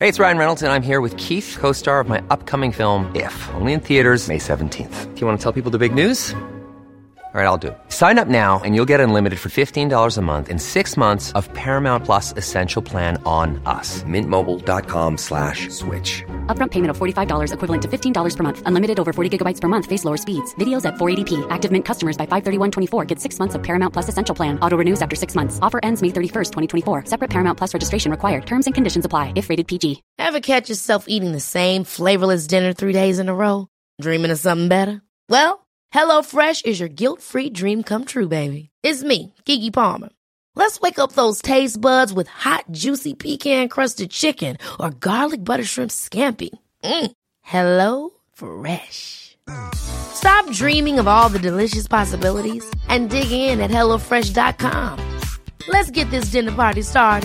Hey, it's Ryan Reynolds, and I'm here with Keith, co-star of my upcoming film, If, only in theaters May 17th. Do you want to tell people the big news? All right, I'll do it. Sign up now and you'll get unlimited for $15 a month and 6 months of Paramount Plus Essential Plan on us. MintMobile.com/switch. Upfront payment of $45 equivalent to $15 per month. Unlimited over 40 gigabytes per month. Face lower speeds. Videos at 480p. Active Mint customers by 531.24 get 6 months of Paramount Plus Essential Plan. Auto renews after 6 months. Offer ends May 31st, 2024. Separate Paramount Plus registration required. Terms and conditions apply if rated PG. Ever catch yourself eating the same flavorless dinner 3 days in a row? Dreaming of something better? Well, HelloFresh is your guilt-free dream come true, baby. It's me, Keke Palmer. Let's wake up those taste buds with hot, juicy pecan-crusted chicken or garlic butter shrimp scampi. Hello Fresh. Stop dreaming of all the delicious possibilities and dig in at HelloFresh.com. Let's get this dinner party started.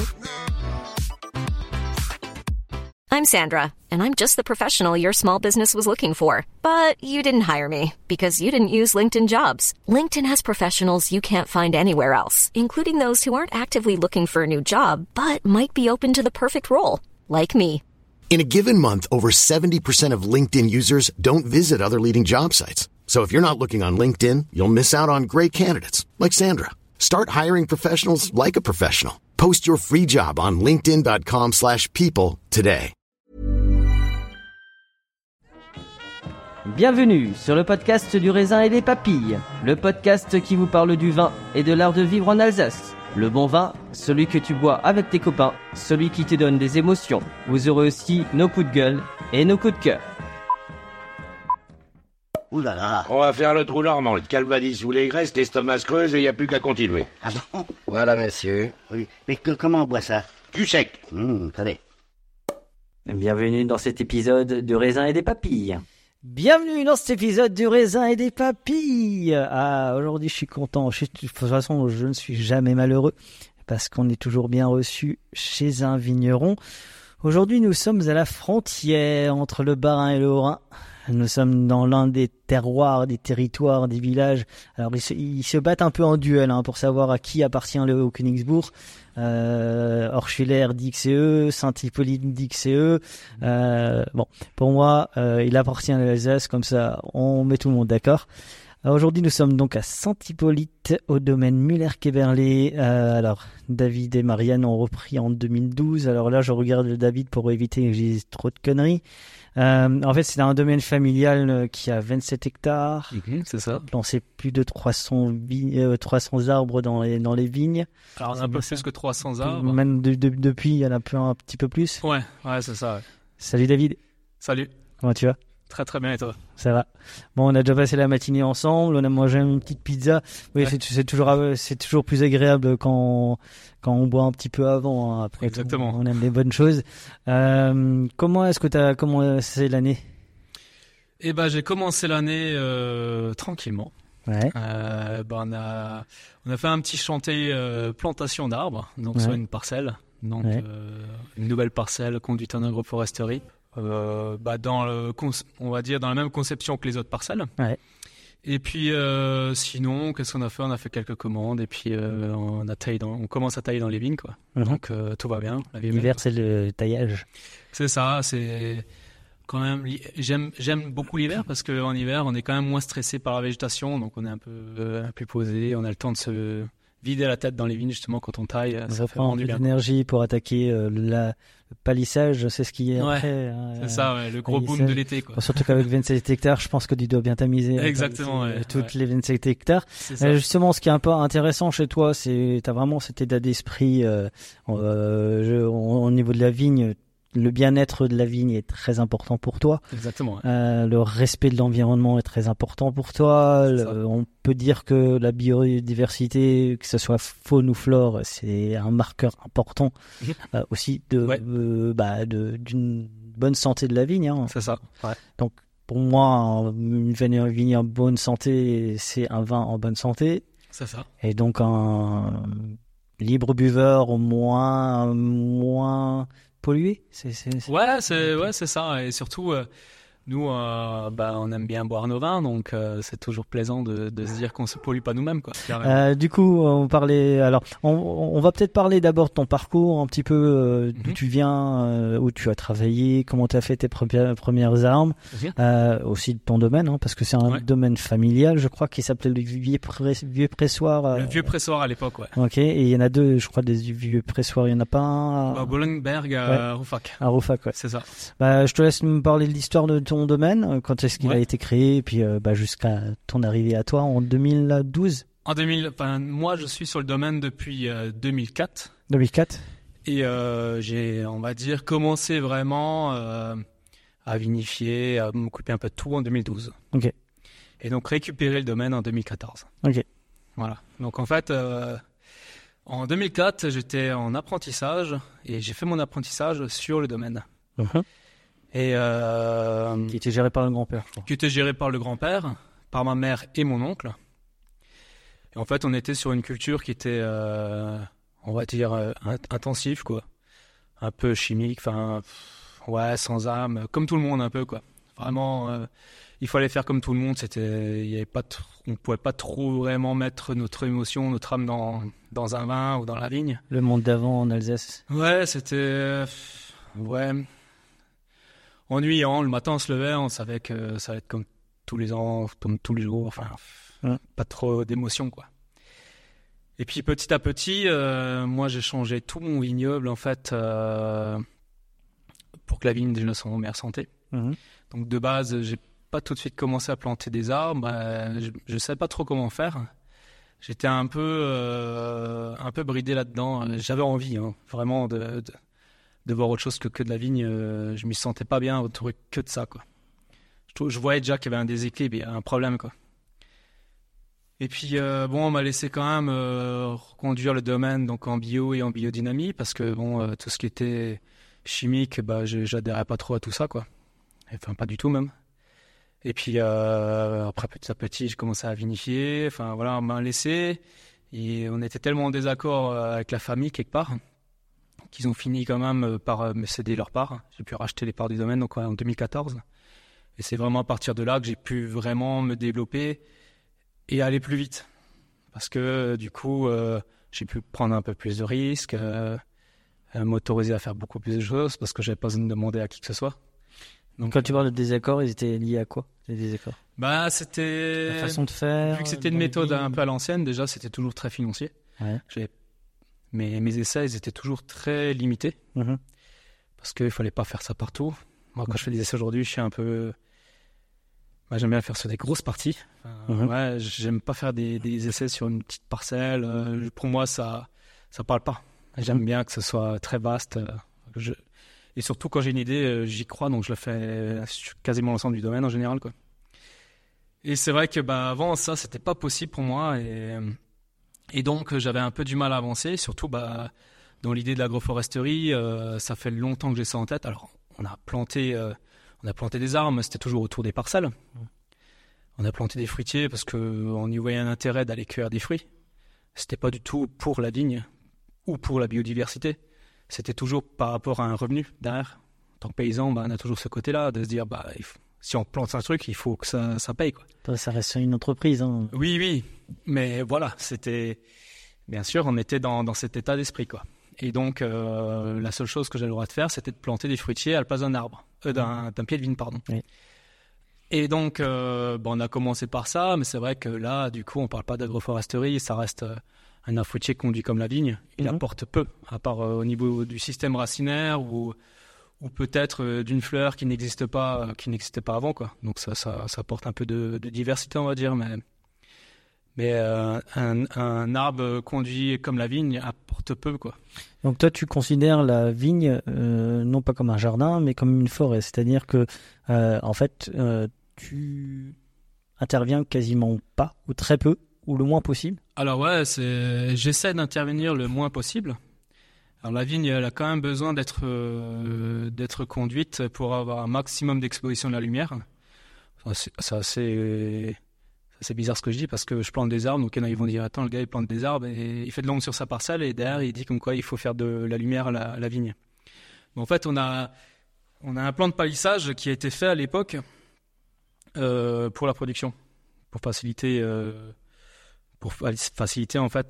I'm Sandra, and I'm just the professional your small business was looking for. But you didn't hire me because you didn't use LinkedIn Jobs. LinkedIn has professionals you can't find anywhere else, including those who aren't actively looking for a new job, but might be open to the perfect role, like me. In a given month, over 70% of LinkedIn users don't visit other leading job sites. So if you're not looking on LinkedIn, you'll miss out on great candidates, like Sandra. Start hiring professionals like a professional. Post your free job on linkedin.com/people today. Bienvenue sur le podcast du raisin et des papilles, le podcast qui vous parle du vin et de l'art de vivre en Alsace. Le bon vin, celui que tu bois avec tes copains, celui qui te donne des émotions. Vous aurez aussi nos coups de gueule et nos coups de cœur. Ouh là là. On va faire le trou normand, le calvadis sous les graisses, l'estomac se creuse et il n'y a plus qu'à continuer. Ah bon? Voilà, monsieur. Oui. Mais comment on boit ça? Du sec. Attendez. Bienvenue dans cet épisode du raisin et des papilles. Bienvenue dans cet épisode du raisin et des papilles. Ah, aujourd'hui je suis content. De toute façon, je ne suis jamais malheureux parce qu'on est toujours bien reçu chez un vigneron. Aujourd'hui, nous sommes à la frontière entre le Bas-Rhin et le Haut-Rhin. Nous sommes dans l'un des terroirs, des territoires, des villages. Alors, ils se battent un peu en duel pour savoir à qui appartient le Haut-Königsbourg. Orschwiller dit que c'est eux, Saint-Hippolyte dit que c'est eux. Bon, pour moi, il appartient à l'Alsace, comme ça, on met tout le monde d'accord. Aujourd'hui, nous sommes donc à Saint-Hippolyte, au domaine Müller-Keberle. Alors, David et Marianne ont repris en 2012. Alors là, je regarde le David pour éviter que je dise trop de conneries. En fait, c'est un domaine familial qui a 27 hectares. C'est ça. Lancé plus de 300 arbres dans les vignes. Alors, on a un peu plus que 300 arbres. Même depuis, il y en a un petit peu plus. Ouais, c'est ça. Ouais. Salut David. Salut. Comment tu vas? Très très bien, et toi? Ça va. Bon, on a déjà passé la matinée ensemble, on a mangé une petite pizza. Oui, ouais. c'est toujours plus agréable quand on boit un petit peu avant. Après, exactement. On aime les bonnes choses. Comment c'est l'année? Eh ben, j'ai commencé l'année tranquillement. Ouais. On a fait un petit chantier plantation d'arbres, donc sur une parcelle, donc une nouvelle parcelle conduite en agroforesterie. On va dire dans la même conception que les autres parcelles. Ouais. Et puis sinon, qu'est-ce qu'on a fait? On a fait quelques commandes et puis on commence à tailler dans les vignes, quoi. Donc tout va bien. L'hiver, c'est le taillage. C'est ça. C'est quand même. J'aime beaucoup l'hiver parce qu'en hiver, on est quand même moins stressé par la végétation, donc on est un peu plus posé. On a le temps de se vider la tête dans les vignes justement quand on taille. Ça fait vraiment du bien. L'énergie pour attaquer le palissage, c'est ce qui est après. C'est ça, le gros boom de l'été, quoi. Surtout qu'avec 27 hectares, je pense que tu dois bien tamiser. Exactement, toutes les 27 hectares. Justement, ce qui est un peu intéressant chez toi, t'as vraiment cet état d'esprit au niveau de la vigne. Le bien-être de la vigne est très important pour toi. Exactement. Le respect de l'environnement est très important pour toi. On peut dire que la biodiversité, que ce soit faune ou flore, c'est un marqueur important aussi d'une bonne santé de la vigne. C'est ça. Ouais. Donc pour moi, une vigne en bonne santé, c'est un vin en bonne santé. C'est ça. Et donc un libre buveur au moins pollué, c'est ça. Et surtout Nous, on aime bien boire nos vins, donc c'est toujours plaisant de se dire qu'on se pollue pas nous-mêmes, quoi. Du coup, on parlait. Alors, on va peut-être parler d'abord de ton parcours, un petit peu d'où tu viens, où tu as travaillé, comment tu as fait tes premières armes, aussi de ton domaine, parce que c'est un domaine familial, je crois, qui s'appelait le vieux pressoir. Le vieux pressoir à l'époque, ouais. Ok, et il y en a deux, je crois, des vieux pressoirs. Il y en a pas un à Bollenberg, à Roufac. À Roufac, ouais. C'est ça. Je te laisse me parler de l'histoire de ton domaine, quand est-ce qu'il a été créé, et puis jusqu'à ton arrivée à toi en 2012. Moi, je suis sur le domaine depuis 2004. 2004. Et j'ai, on va dire, commencé vraiment à vinifier, à m'occuper un peu de tout en 2012. Ok. Et donc récupérer le domaine en 2014. Ok. Voilà. Donc en fait, en 2004, j'étais en apprentissage et j'ai fait mon apprentissage sur le domaine. Uh-huh. Et qui était géré par le grand-père, je crois. Qui était géré par le grand-père, par ma mère et mon oncle. Et en fait, on était sur une culture qui était, on va dire, intensive, quoi. Un peu chimique, sans âme, comme tout le monde un peu, quoi. Vraiment, il fallait faire comme tout le monde. On pouvait pas trop vraiment mettre notre émotion, notre âme dans un vin ou dans la vigne. Le monde d'avant en Alsace. Ouais, c'était, ennuyant. Le matin, on se levait, on savait que ça allait être comme tous les ans, comme tous les jours. Pas trop d'émotion, quoi. Et puis petit à petit, moi j'ai changé tout mon vignoble en fait pour que la vigne déjà soit en meilleure santé. Mmh. Donc de base, j'ai pas tout de suite commencé à planter des arbres. Je savais pas trop comment faire. J'étais un peu bridé là-dedans. J'avais envie, vraiment de voir autre chose que de la vigne. Je m'y sentais pas bien autour que de ça, quoi. Je voyais déjà qu'il y avait un déséquilibre, il y a un problème, quoi. Et puis on m'a laissé quand même reconduire le domaine donc en bio et en biodynamie parce que tout ce qui était chimique, j'adhérais pas trop à tout ça, quoi. Enfin pas du tout même. Et puis après petit à petit, j'ai commencé à vinifier. On m'a laissé et on était tellement en désaccord avec la famille quelque part qu'ils ont fini quand même par me céder leur part. J'ai pu racheter les parts du domaine donc en 2014. Et c'est vraiment à partir de là que j'ai pu vraiment me développer et aller plus vite. Parce que du coup, j'ai pu prendre un peu plus de risques, m'autoriser à faire beaucoup plus de choses parce que j'avais pas besoin de demander à qui que ce soit. Donc quand tu parles de désaccords, ils étaient liés à quoi, les désaccords? C'était... La façon de faire. Vu que c'était une méthode un peu à l'ancienne, déjà, c'était toujours très financier. Ouais. Mes essais, ils étaient toujours très limités. Mm-hmm. Parce qu'il fallait pas faire ça partout. Moi, quand je fais des essais aujourd'hui, je suis un peu... j'aime bien faire sur des grosses parties. J'aime pas faire des essais sur une petite parcelle. Pour moi, ça parle pas. J'aime bien que ce soit très vaste. Et surtout, quand j'ai une idée, j'y crois, donc je le fais sur quasiment l'ensemble du domaine en général, quoi. Et c'est vrai que avant ça, c'était pas possible pour moi. Et donc, j'avais un peu du mal à avancer. Surtout, dans l'idée de l'agroforesterie, ça fait longtemps que j'ai ça en tête. Alors, on a planté des arbres, mais c'était toujours autour des parcelles. On a planté des fruitiers parce qu'on y voyait un intérêt d'aller cueillir des fruits. C'était pas du tout pour la vigne ou pour la biodiversité. C'était toujours par rapport à un revenu derrière. En tant que paysan, on a toujours ce côté-là de se dire, si on plante un truc, il faut que ça paye, quoi. Ça reste une entreprise, hein. Oui. Mais voilà, c'était... Bien sûr, on était dans cet état d'esprit, quoi. Et donc, la seule chose que j'avais le droit de faire, c'était de planter des fruitiers à la place d'un arbre. D'un pied de vigne, pardon. Oui. Et donc, on a commencé par ça, mais c'est vrai que là, du coup, on parle pas d'agroforesterie, ça reste un fruitier conduit comme la vigne. Il apporte peu, à part au niveau du système racinaire ou peut-être d'une fleur qui n'existait pas avant, quoi. Donc ça apporte un peu de diversité, on va dire, mais un arbre conduit comme la vigne apporte peu, quoi. Donc toi, tu considères la vigne non pas comme un jardin, mais comme une forêt. C'est-à-dire que, en fait, tu interviens quasiment pas, ou très peu, ou le moins possible. Alors j'essaie d'intervenir le moins possible. Alors la vigne, elle a quand même besoin d'être conduite pour avoir un maximum d'exposition de la lumière. C'est assez bizarre ce que je dis parce que je plante des arbres, donc ils vont dire attends, le gars il plante des arbres et il fait de l'ombre sur sa parcelle et derrière il dit comme quoi il faut faire de la lumière à la vigne. Mais en fait on a un plan de palissage qui a été fait à l'époque pour la production, pour faciliter en fait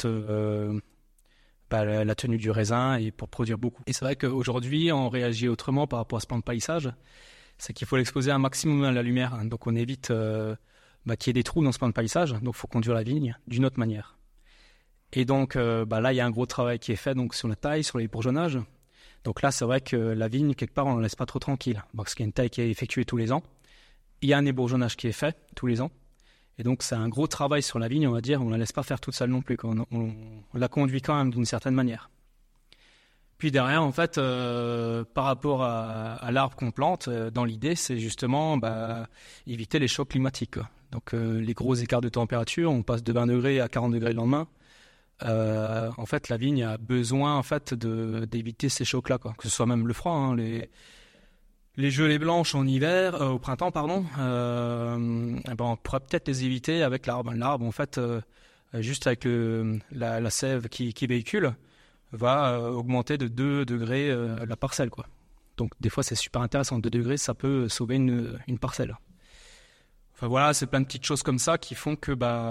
la tenue du raisin et pour produire beaucoup. Et c'est vrai qu'aujourd'hui, on réagit autrement par rapport à ce plan de palissage. C'est qu'il faut l'exposer un maximum à la lumière. Hein. Donc on évite qu'il y ait des trous dans ce plan de palissage. Donc il faut conduire la vigne d'une autre manière. Et donc là, il y a un gros travail qui est fait donc, sur la taille, sur les bourgeonnages. Donc là, c'est vrai que la vigne, quelque part, on ne la laisse pas trop tranquille. Parce qu'il y a une taille qui est effectuée tous les ans. Il y a un ébourgeonnage qui est fait tous les ans. Et donc, c'est un gros travail sur la vigne, on va dire. On ne la laisse pas faire toute seule non plus. On la conduit quand même d'une certaine manière. Puis derrière, en fait, par rapport à l'arbre qu'on plante, dans l'idée, c'est justement éviter les chocs climatiques. Quoi. Donc, les gros écarts de température, on passe de 20 degrés à 40 degrés le lendemain. En fait, la vigne a besoin en fait, d'éviter ces chocs-là. Quoi. Que ce soit même le froid, hein, les gelées blanches en hiver, au printemps, pardon, on pourrait peut-être les éviter avec l'arbre. L'arbre, en fait, juste avec la sève qui véhicule, va augmenter de 2 degrés la parcelle. Quoi. Donc, des fois, c'est super intéressant. 2 degrés, ça peut sauver une parcelle. Enfin, voilà, c'est plein de petites choses comme ça qui font que,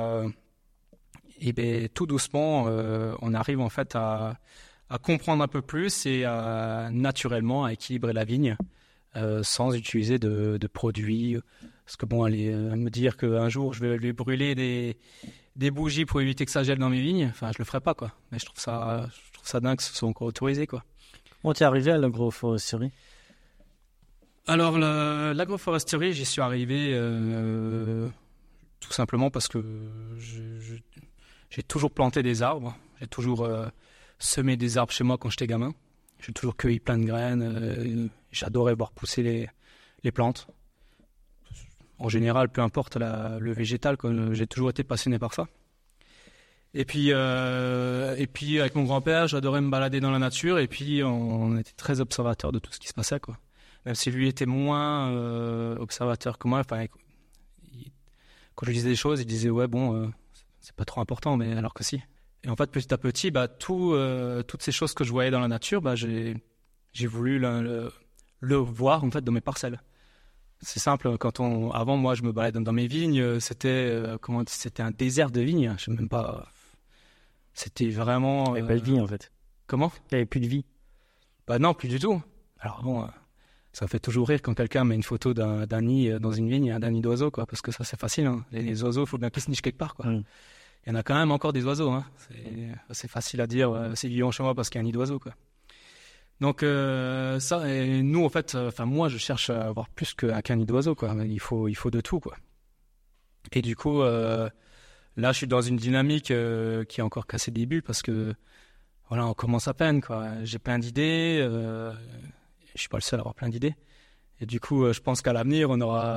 tout doucement, on arrive en fait à comprendre un peu plus et naturellement à équilibrer la vigne. Sans utiliser de produits. Parce que aller me dire qu'un jour je vais lui brûler des bougies pour éviter que ça gèle dans mes vignes, enfin je le ferai pas quoi. Mais je trouve ça dingue que ce soit encore autorisé quoi. Comment t'es arrivé à l'agroforesterie ? Alors l'agroforesterie, j'y suis arrivé tout simplement parce que j'ai toujours planté des arbres, j'ai toujours semé des arbres chez moi quand j'étais gamin. J'ai toujours cueilli plein de graines. J'adorais voir pousser les plantes. En général, peu importe le végétal, j'ai toujours été passionné par ça. Et puis avec mon grand-père, j'adorais me balader dans la nature. Et puis, on était très observateur de tout ce qui se passait, quoi. Même si lui était moins observateur que moi. Quand je lui disais des choses, il disait ouais bon, c'est pas trop important, mais alors que si. Et en fait, petit à petit, toutes ces choses que je voyais dans la nature, j'ai voulu le voir en fait dans mes parcelles. C'est simple. Avant, moi, je me baladais dans mes vignes. C'était un désert de vignes. Je sais même pas. C'était vraiment. Il n'y avait pas de vie en fait. Comment ? Il n'y avait plus de vie. Non, plus du tout. Alors bon, ça fait toujours rire quand quelqu'un met une photo d'un nid dans une vigne, d'un nid d'oiseaux, quoi, parce que ça c'est facile. Hein. Les oiseaux, il faut bien qu'ils se nichent quelque part, quoi. Il y en a quand même encore des oiseaux. Hein. C'est facile à dire, c'est vivant chez moi parce qu'il y a un nid d'oiseaux. Quoi. Donc ça, et nous en fait, moi je cherche à avoir plus qu'un nid d'oiseaux. Quoi. Il faut de tout. Quoi. Et du coup, là je suis dans une dynamique qui est encore qu'à ses débuts parce que voilà, on commence à peine. Quoi. J'ai plein d'idées, je suis pas le seul à avoir plein d'idées. Et du coup, je pense qu'à l'avenir,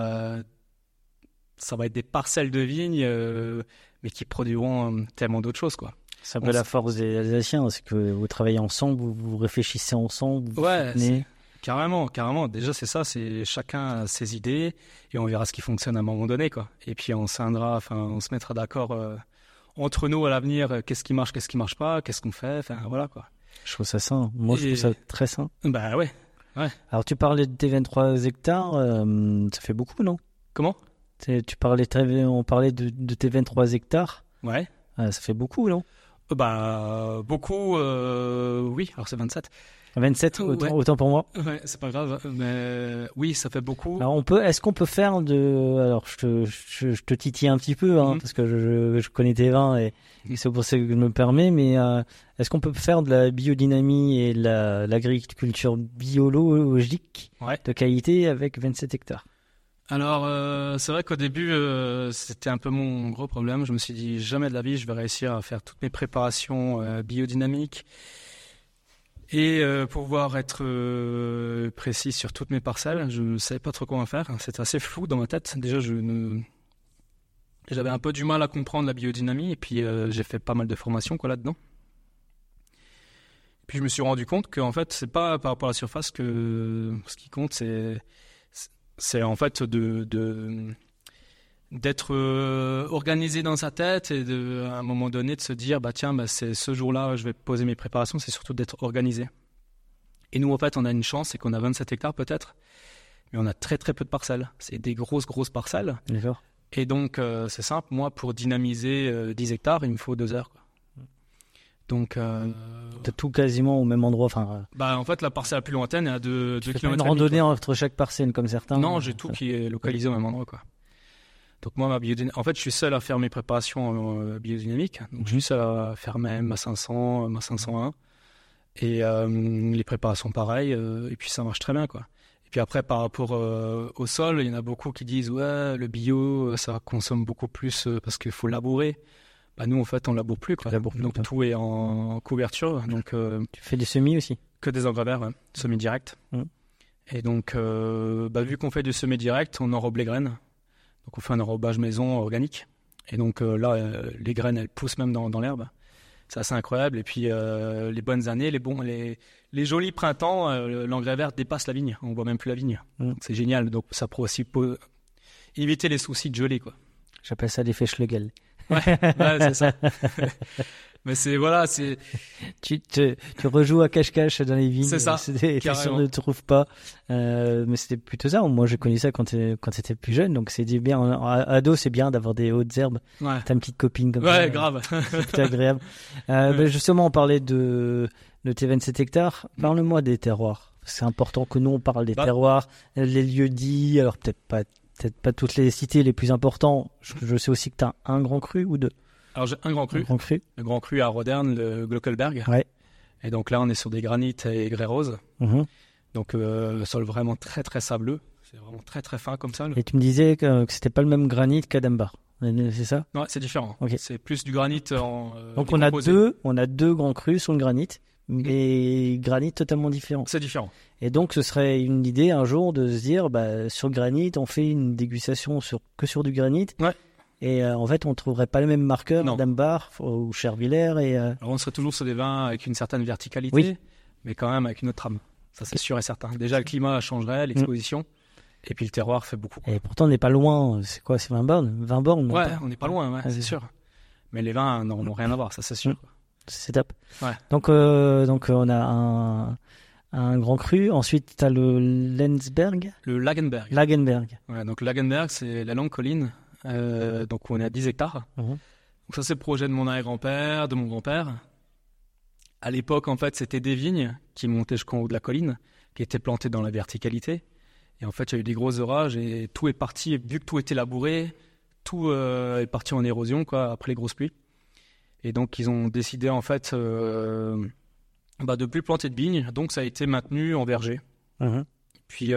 ça va être des parcelles de vignes, mais qui produiront tellement d'autres choses, quoi. C'est un peu la force des Alsaciens, c'est que vous travaillez ensemble, vous réfléchissez ensemble, vous soutenez. Carrément. Déjà, c'est ça, c'est chacun a ses idées, et on verra ce qui fonctionne à un moment donné, quoi. Et puis, on se mettra d'accord entre nous à l'avenir, qu'est-ce qui marche pas, qu'est-ce qu'on fait, voilà, quoi. Je trouve ça sain. Moi, je trouve ça très sain. Ouais. Alors, tu parlais de tes 23 hectares, ça fait beaucoup, non ? Comment ? On parlait de tes 23 hectares. Ouais. Ça fait beaucoup, non ? Beaucoup, oui. Alors, c'est 27. 27, autant pour moi. Ouais, c'est pas grave. Mais oui, ça fait beaucoup. Alors, est-ce qu'on peut faire alors, je te titille un petit peu, parce que je connais tes vins et c'est pour ça que je me permets, mais est-ce qu'on peut faire de la biodynamie et de l'agriculture biologique de qualité avec 27 hectares ? Alors, c'est vrai qu'au début, c'était un peu mon gros problème. Je me suis dit, jamais de la vie, je vais réussir à faire toutes mes préparations biodynamiques et pouvoir être précis sur toutes mes parcelles. Je ne savais pas trop comment faire. C'était assez flou dans ma tête. Déjà, j'avais un peu du mal à comprendre la biodynamie et puis j'ai fait pas mal de formations là-dedans. Puis je me suis rendu compte qu'en fait, c'est pas par rapport à la surface que ce qui compte, c'est en fait d'être organisé dans sa tête et à un moment donné de se dire c'est ce jour-là je vais poser mes préparations, c'est surtout d'être organisé. Et nous en fait on a une chance, c'est qu'on a 27 hectares peut-être, mais on a très très peu de parcelles. C'est des grosses parcelles. D'accord. Et donc, c'est simple, moi, pour dynamiser 10 hectares, il me faut 2 heures, quoi. Donc, t'as tout quasiment au même endroit. En fait, la parcelle la plus lointaine est à 2 tu fais km. pas une randonnée entre chaque parcelle comme certains. Non, j'ai tout qui est localisé au même endroit, quoi. Donc moi, en fait, je suis seul à faire mes préparations biodynamiques. Donc, je suis seul à faire ma 500, ma 501. Et les préparations pareilles. Et puis, ça marche très bien, quoi. Et puis après, par rapport au sol, il y en a beaucoup qui disent « Ouais, le bio, ça consomme beaucoup plus parce qu'il faut labourer. » Nous, en fait, on laboure plus, quoi. Donc, tout est en couverture. Donc, tu fais des semis aussi? Que des engrais verts, ouais. Semis direct. Et donc, vu qu'on fait du semis direct, on enrobe les graines. Donc, on fait un enrobage maison organique. Et donc, là, les graines, elles poussent même dans l'herbe. C'est assez incroyable. Et puis, les bonnes années, les jolis printemps, l'engrais vert dépasse la vigne. On voit même plus la vigne. C'est génial. Donc, ça pourrait aussi éviter les soucis de gelée, quoi. J'appelle ça l'effet Schlegel. Ouais, c'est ça. Mais tu rejoues à cache-cache dans les vignes. C'est ça. On ne trouve pas. Mais c'était plutôt ça. Moi, je connais ça quand t'étais plus jeune. Donc, c'est bien. Ado, c'est bien d'avoir des hautes herbes. Ouais. T'as une petite copine comme ça. Ouais, grave. C'est agréable. Justement, on parlait de tes 27 hectares. Parle-moi des terroirs. C'est important que nous, on parle des terroirs, les lieux dits. Alors, peut-être pas toutes les cités les plus importants. Je sais aussi que tu as un grand cru ou deux. Alors j'ai un grand cru. Le grand cru à Rodern, le Glockelberg. Ouais. Et donc là, on est sur des granites et grès rose. Donc sol vraiment très très sableux. C'est vraiment très très fin comme ça. Et tu me disais que c'était pas le même granit qu'Adambar. C'est ça? Non, c'est différent. Okay. C'est plus du granit en donc on a deux grands crus sur le granit, mais granit totalement différent. C'est différent. Et donc ce serait une idée un jour de se dire sur le granit, on fait une dégustation que sur du granit. Ouais. Et en fait, on ne trouverait pas les mêmes marqueurs d'Ambar ou Chervillers. Alors on serait toujours sur des vins avec une certaine verticalité, mais quand même avec une autre trame. Ça, c'est sûr et certain. Déjà, le climat changerait, l'exposition. Et puis le terroir fait beaucoup. Et pourtant, on n'est pas loin. C'est quoi? C'est 20 bornes? 20 bornes? Ouais, on n'est pas loin, c'est sûr. Mais les vins n'ont rien à voir, ça c'est sûr. C'est top. Ouais. Donc on a un grand cru. Ensuite, tu as le Lenzberg. Le Lagenberg. Ouais, donc Lagenberg, c'est la longue colline. Donc on est à 10 hectares. Donc ça, c'est le projet de mon arrière-grand-père, de mon grand-père. À l'époque, en fait, c'était des vignes qui montaient jusqu'en haut de la colline, qui étaient plantées dans la verticalité. Et en fait, il y a eu des gros orages et tout est parti, vu que tout était labouré, tout est parti en érosion, quoi, après les grosses pluies. Et donc, ils ont décidé, en fait, de plus planter de vignes. Donc, ça a été maintenu en verger. Puis,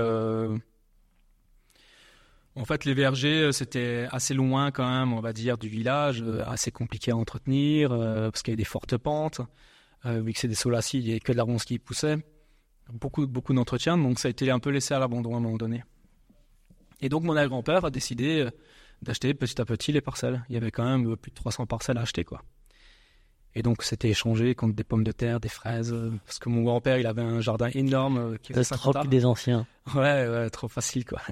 en fait, les vergers, c'était assez loin, quand même, on va dire, du village, assez compliqué à entretenir, parce qu'il y avait des fortes pentes. Vu que c'est des sols acides, il n'y avait que de la ronce qui poussait. Beaucoup d'entretien, donc ça a été un peu laissé à l'abandon à un moment donné. Et donc mon arrière-grand-père a décidé d'acheter petit à petit les parcelles. Il y avait quand même plus de 300 parcelles à acheter, quoi. Et donc c'était échangé contre des pommes de terre, des fraises, parce que mon grand-père, il avait un jardin énorme qui faisait 50 arts. Des anciens. Ouais, trop facile, quoi.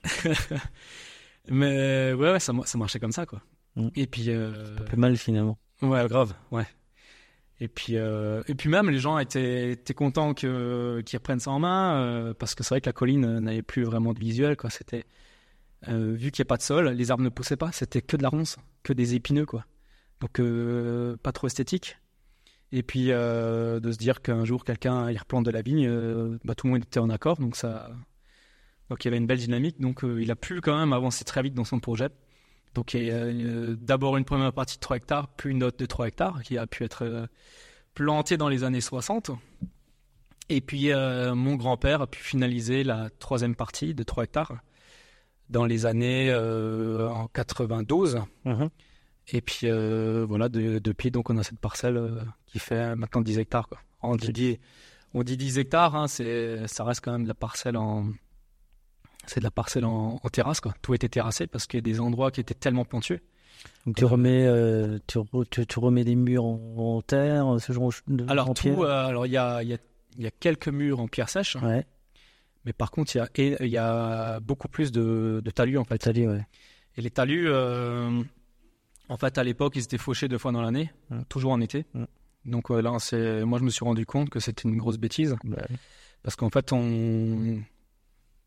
Mais ouais, ça marchait comme ça, quoi. Et puis c'est pas plus mal finalement. Ouais, grave, ouais. Et puis même les gens étaient contents qu'ils reprennent ça en main, parce que c'est vrai que la colline n'avait plus vraiment de visuel, quoi. C'était vu qu'il n'y a pas de sol, les arbres ne poussaient pas, c'était que de la ronce, que des épineux, quoi. Donc pas trop esthétique. Et puis de se dire qu'un jour quelqu'un il replante de la vigne, tout le monde était en accord, donc il y avait une belle dynamique. Donc il a pu quand même avancer très vite dans son projet. Donc il y a d'abord une première partie de 3 hectares, puis une autre de 3 hectares qui a pu être plantée dans les années 60. Et puis mon grand-père a pu finaliser la 3e partie de 3 hectares dans les années en 92. Et puis voilà, depuis donc on a cette parcelle qui fait maintenant 10 hectares, quoi. On dit 10 hectares, hein, ça reste quand même de la parcelle c'est de la parcelle en terrasse, quoi. Tout était terrassé parce qu'il y a des endroits qui étaient tellement pentueux. Donc tu remets des murs en terre, ce genre de alors tout, alors il y a quelques murs en pierre sèche. Ouais. Mais par contre il y a beaucoup plus de talus, en fait. Talus, ouais. Et les talus, en fait à l'époque ils étaient fauchés 2 fois dans l'année, toujours en été. Donc là moi je me suis rendu compte que c'était une grosse bêtise, parce qu'en fait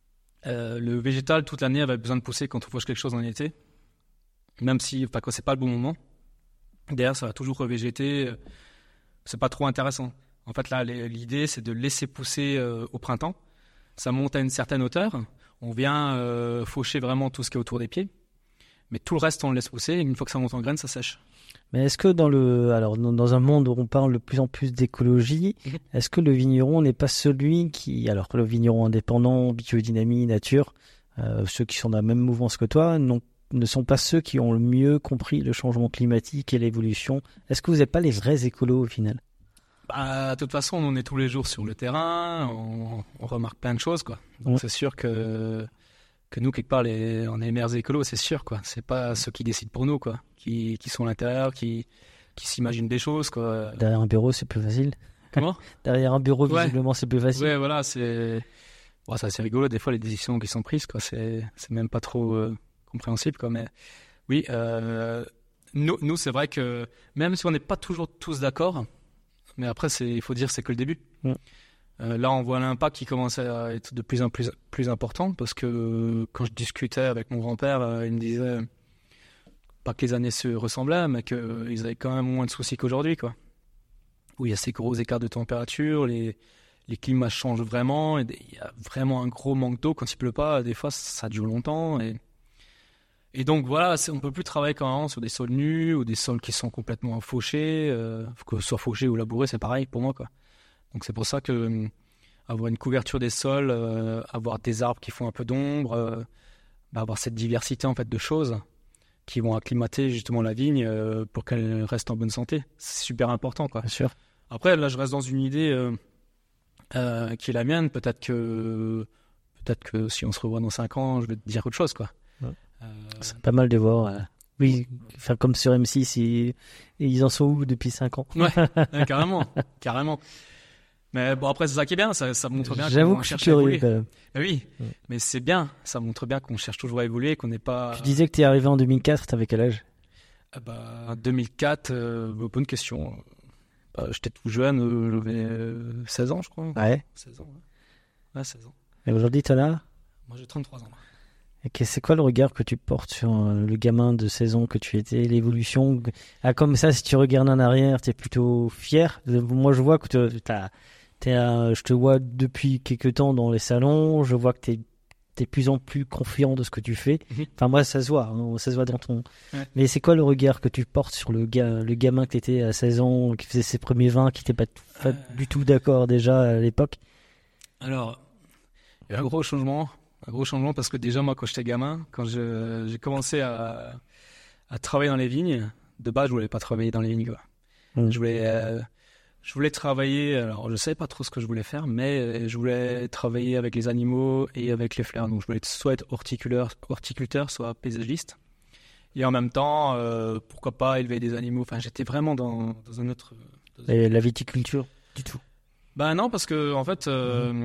Le végétal toute l'année avait besoin de pousser quand on fauche quelque chose en été, même si, quand c'est pas le bon moment. Derrière, ça va toujours revégéter. C'est pas trop intéressant. En fait, là, l'idée, c'est de laisser pousser au printemps. Ça monte à une certaine hauteur. On vient faucher vraiment tout ce qui est autour des pieds. Mais tout le reste, on le laisse pousser. Et une fois que ça monte en graines, ça sèche. Mais est-ce que dans un monde où on parle de plus en plus d'écologie, est-ce que le vigneron n'est pas celui qui, alors que le vigneron indépendant, biodynamie, nature, ceux qui sont dans la même mouvance que toi, ne sont pas ceux qui ont le mieux compris le changement climatique et l'évolution? Est-ce que vous n'êtes pas les vrais écolos au final? De toute façon, on est tous les jours sur le terrain, on remarque plein de choses, quoi. Donc c'est sûr que nous, quelque part, on est les meilleurs écolos, c'est sûr, quoi. C'est pas ceux qui décident pour nous, quoi. Qui sont à l'intérieur, qui s'imaginent des choses, quoi. Derrière un bureau, c'est plus facile. Comment? Derrière un bureau, visiblement, c'est plus facile. Ouais, voilà, c'est assez rigolo, des fois, les décisions qui sont prises, quoi. C'est même pas trop compréhensible, quoi. Mais oui, nous, c'est vrai que même si on n'est pas toujours tous d'accord, mais après, il faut dire, c'est que le début. Là, on voit l'impact qui commence à être de plus en plus important, parce que quand je discutais avec mon grand-père, il me disait pas que les années se ressemblaient, mais qu'ils avaient quand même moins de soucis qu'aujourd'hui, quoi. Où il y a ces gros écarts de température, les climats changent vraiment, et il y a vraiment un gros manque d'eau quand il pleut pas. Des fois, ça dure longtemps. Et donc voilà, on peut plus travailler quand même sur des sols nus ou des sols qui sont complètement fauchés. Que ce soit fauché ou labouré, c'est pareil pour moi, quoi. Donc c'est pour ça que avoir une couverture des sols, avoir des arbres qui font un peu d'ombre, avoir cette diversité en fait de choses qui vont acclimater justement la vigne pour qu'elle reste en bonne santé, c'est super important, quoi. Bien sûr. Après là, je reste dans une idée qui est la mienne. Peut-être que si on se revoit dans 5 ans, je vais te dire autre chose, quoi. C'est pas mal de voir. Oui, enfin comme sur M6, et ils en sont où depuis 5 ans? Ouais, carrément. Mais bon, après, c'est ça qui est bien, ça montre bien qu'on cherche à évoluer. Oui, mais c'est bien, ça montre bien qu'on cherche toujours à évoluer, qu'on n'est pas... Tu disais que tu es arrivé en 2004, t'avais quel âge? 2004, bonne question. J'étais tout jeune, j'avais 16 ans, je crois. Ouais. 16 ans, ouais. Ouais, 16 ans. Et aujourd'hui, t'en as? Moi, j'ai 33 ans. Et c'est quoi le regard que tu portes sur le gamin de 16 ans que tu étais, l'évolution? Comme ça, si tu regardes en arrière, t'es plutôt fier? Moi, je vois que je te vois depuis quelques temps dans les salons, je vois que t'es de plus en plus confiant de ce que tu fais. Enfin, moi, ça se voit dans ton... Ouais. Mais c'est quoi le regard que tu portes sur le gamin que t'étais à 16 ans, qui faisait ses premiers vins, qui n'était pas du tout d'accord déjà à l'époque? Alors, il y a un gros changement parce que déjà, moi, quand j'étais gamin, quand j'ai commencé à travailler dans les vignes, de base, je voulais pas travailler dans les vignes, quoi. Je voulais travailler, alors je savais pas trop ce que je voulais faire, mais je voulais travailler avec les animaux et avec les fleurs. Donc je voulais soit être horticulteur, soit paysagiste. Et en même temps, pourquoi pas élever des animaux. Enfin, j'étais vraiment dans un autre... Et la viticulture, du tout? Non, parce que en fait,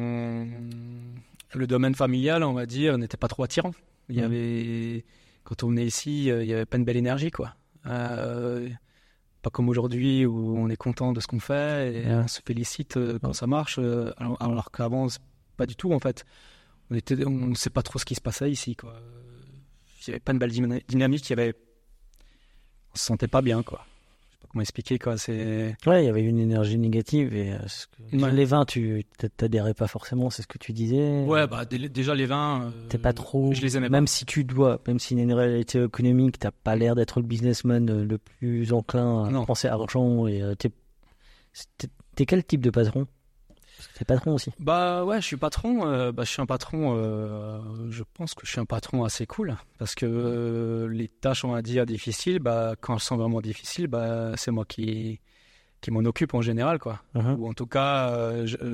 le domaine familial, on va dire, n'était pas trop attirant. Il y avait, quand on venait ici, il y avait pas une belle énergie, quoi. Pas comme aujourd'hui où on est content de ce qu'on fait et on se félicite quand ça marche, alors qu'avant, pas du tout, en fait. On ne sait pas trop ce qui se passait ici, quoi. Il n'y avait pas une belle dynamique, on se sentait pas bien, quoi. Je sais pas comment expliquer, quoi. Ouais, il y avait une énergie négative et les vins, tu t'adhérais pas forcément, c'est ce que tu disais. Ouais, déjà les vins, t'es pas trop. Je les aimais même pas. Si tu dois, même si une réalité économique, t'as pas l'air d'être le businessman le plus enclin à penser à argent et t'es quel type de patron? Parce que t'es patron aussi. Ouais, je suis patron. Je suis un patron. Je pense que je suis un patron assez cool parce que les tâches, on va dire difficiles, quand elles sont vraiment difficiles, c'est moi qui m'en occupe en général, quoi. Ou en tout cas,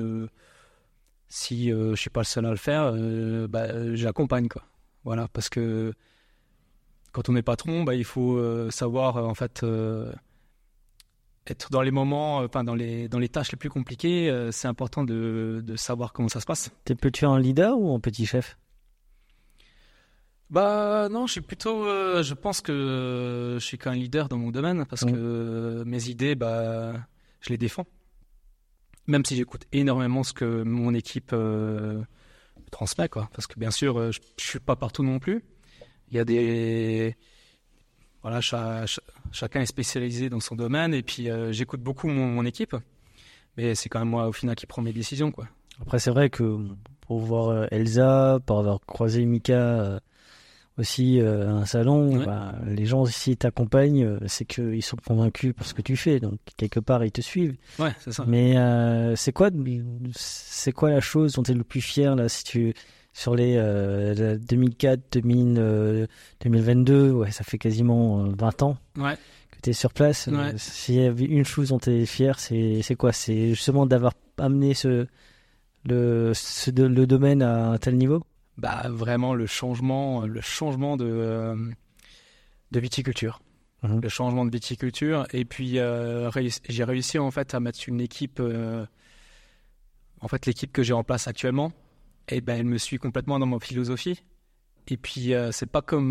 si je suis pas le seul à le faire, j'accompagne, quoi. Voilà, parce que quand on est patron, il faut savoir en fait. Être dans les moments, dans les tâches les plus compliquées, c'est important de savoir comment ça se passe. T'es plutôt un leader ou un petit chef? Non, je suis plutôt. Je pense que je suis qu'un leader dans mon domaine parce que mes idées, je les défends. Même si j'écoute énormément ce que mon équipe transmets, quoi. Parce que bien sûr, je suis pas partout non plus. Il y a des... Voilà, chacun est spécialisé dans son domaine, et puis j'écoute beaucoup mon équipe. Mais c'est quand même moi, au final, qui prends mes décisions, quoi. Après, c'est vrai que pour voir Elsa, pour avoir croisé Mika aussi à un salon, Ouais. Les gens, s'ils t'accompagnent, c'est qu'ils sont convaincus par ce que tu fais. Donc, quelque part, ils te suivent. Ouais, c'est ça. Mais c'est quoi la chose dont tu es le plus fier, là, sur les 2004, 2022, ouais, ça fait quasiment 20 ans Ouais. que tu es sur place. Ouais. S'il y avait une chose dont tu es fier, c'est quoi? C'est justement d'avoir amené le domaine à un tel niveau? Bah, vraiment, le changement de viticulture. Mhm. Le changement de viticulture. Et puis, j'ai réussi, en fait, à mettre une équipe... en fait, l'équipe que j'ai en place actuellement, et ben, elle me suit complètement dans ma philosophie. Et puis, c'est pas comme...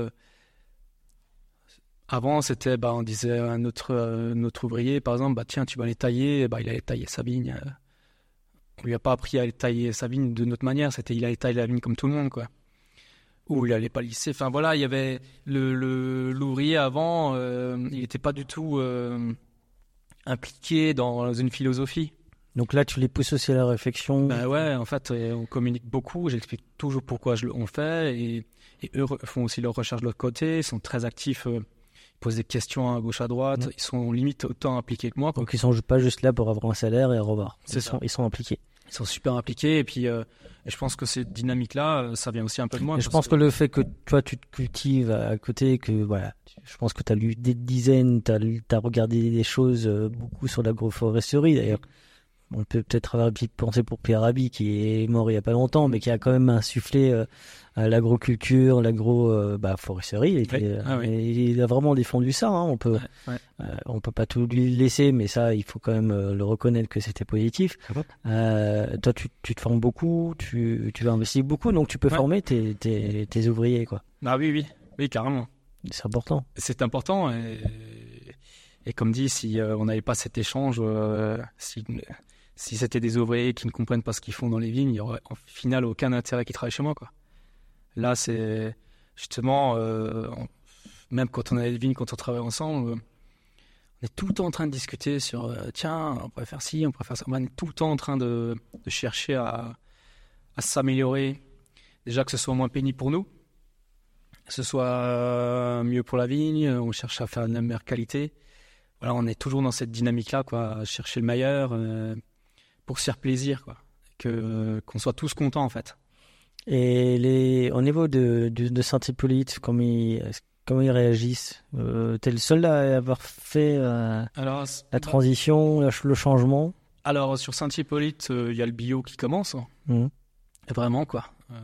avant, c'était, on disait à notre ouvrier, par exemple, tiens, tu vas aller tailler. Il allait tailler sa vigne. On lui a pas appris à aller tailler sa vigne de notre manière. C'était, il allait tailler la vigne comme tout le monde, quoi. Ou il allait pas lisser. Enfin, voilà, il y avait l'ouvrier avant, il était pas du tout impliqué dans une philosophie. Donc là, tu les pousses aussi à la réflexion. Ben ouais, en fait, on communique beaucoup. J'explique toujours pourquoi on le fait. Et eux font aussi leur recherche de l'autre côté. Ils sont très actifs. Ils posent des questions à gauche, à droite. Ils sont limite autant impliqués que moi, quoi. Donc ils sont pas juste là pour avoir un salaire et revoir. C'est ça. Ils sont impliqués. Ils sont super impliqués. Et puis, et je pense que cette dynamique-là, ça vient aussi un peu de moi. Et je pense que le fait que toi, tu te cultives à côté, que voilà, je pense que tu as lu des dizaines, tu as regardé des choses beaucoup sur l'agroforesterie d'ailleurs. On peut peut-être avoir une petite pensée pour Pierre Rabhi qui est mort il y a pas longtemps, mais qui a quand même insufflé l'agroculture, foresterie. Il a vraiment défendu ça. Hein. On peut pas tout lui laisser, mais ça, il faut quand même le reconnaître que c'était positif. Toi, tu te formes beaucoup, tu investis beaucoup, donc tu peux former tes ouvriers, quoi. Ah oui, carrément. C'est important. C'est important et comme dit, si on n'avait pas cet échange, si c'était des ouvriers qui ne comprennent pas ce qu'ils font dans les vignes, il n'y aurait au final aucun intérêt qu'ils travaillent chez moi, quoi. Là, c'est justement, même quand on a des vignes, quand on travaille ensemble, on est tout le temps en train de discuter sur tiens, on pourrait faire ci, on pourrait faire ça. On est tout le temps en train de chercher à s'améliorer. Déjà que ce soit moins pénible pour nous, que ce soit mieux pour la vigne, on cherche à faire une meilleure qualité. Voilà, on est toujours dans cette dynamique-là, quoi, à chercher le meilleur pour se faire plaisir, quoi. Qu'on soit tous contents, en fait. Et au niveau de Saint-Hippolyte, comment ils réagissent? T'es le seul à avoir fait la transition, le changement? Alors, sur Saint-Hippolyte, il y a le bio qui commence. Vraiment, quoi.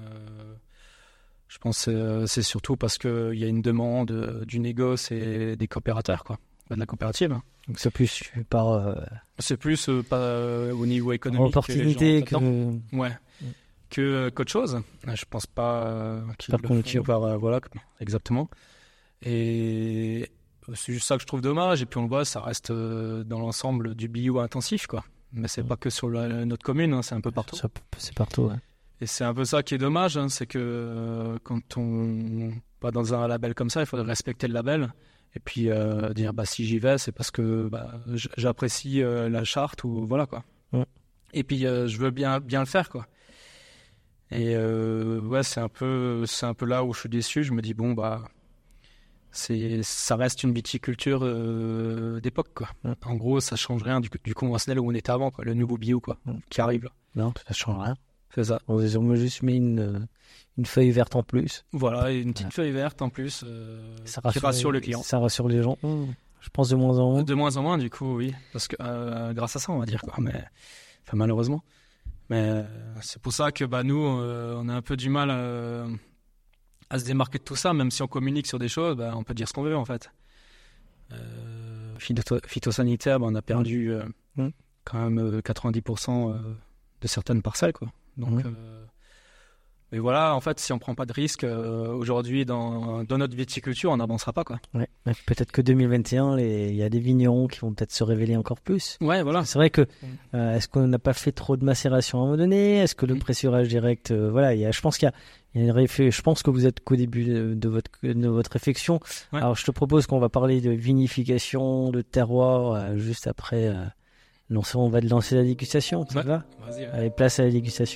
Je pense que c'est surtout parce qu'il y a une demande du négoce et des coopérateurs, quoi. De la coopérative. Donc c'est plus c'est plus pas au niveau économique. Opportunité qu'autre chose. Je pense pas qu'ils le font voilà, exactement. Et c'est juste ça que je trouve dommage. Et puis on le voit, ça reste dans l'ensemble du bio intensif, quoi. Mais c'est pas que sur notre commune, hein, c'est un peu partout. C'est partout, ouais. Et c'est un peu ça qui est dommage, hein, c'est que quand on va dans un label comme ça, il faudrait respecter le label. Et puis dire si j'y vais, c'est parce que j'apprécie la charte ou voilà, quoi. Et puis je veux bien le faire, quoi. Et c'est un peu là où je suis déçu. Je me dis ça reste une viticulture d'époque, quoi. En gros, ça change rien du conventionnel où on était avant, quoi. Le nouveau bio, quoi, qui arrive là. Non, ça change rien. C'est ça. On a juste mis une feuille verte en plus. Voilà, une petite feuille verte en plus qui rassure le client. Ça rassure les gens. Je pense de moins en moins. De moins en moins, du coup, oui. Parce que grâce à ça, on va dire, quoi. Mais malheureusement. Mais c'est pour ça que nous, on a un peu du mal à se démarquer de tout ça. Même si on communique sur des choses, on peut dire ce qu'on veut, en fait. Phytosanitaire, on a perdu quand même 90% de certaines parcelles, quoi. Donc, Mais voilà, en fait, si on prend pas de risque aujourd'hui dans notre viticulture, on n'avancera pas, quoi. Ouais. Peut-être que 2021, il y a des vignerons qui vont peut-être se révéler encore plus. Ouais, voilà. C'est vrai que est-ce qu'on n'a pas fait trop de macération à un moment donné? Est-ce que le pressurage direct, je pense qu'il y a je pense que vous êtes qu'au début de votre réflexion. Ouais. Alors, je te propose qu'on va parler de vinification, de terroir, juste après. On va lancer la dégustation, ça va? Vas-y. Ouais. Allez, place à la dégustation.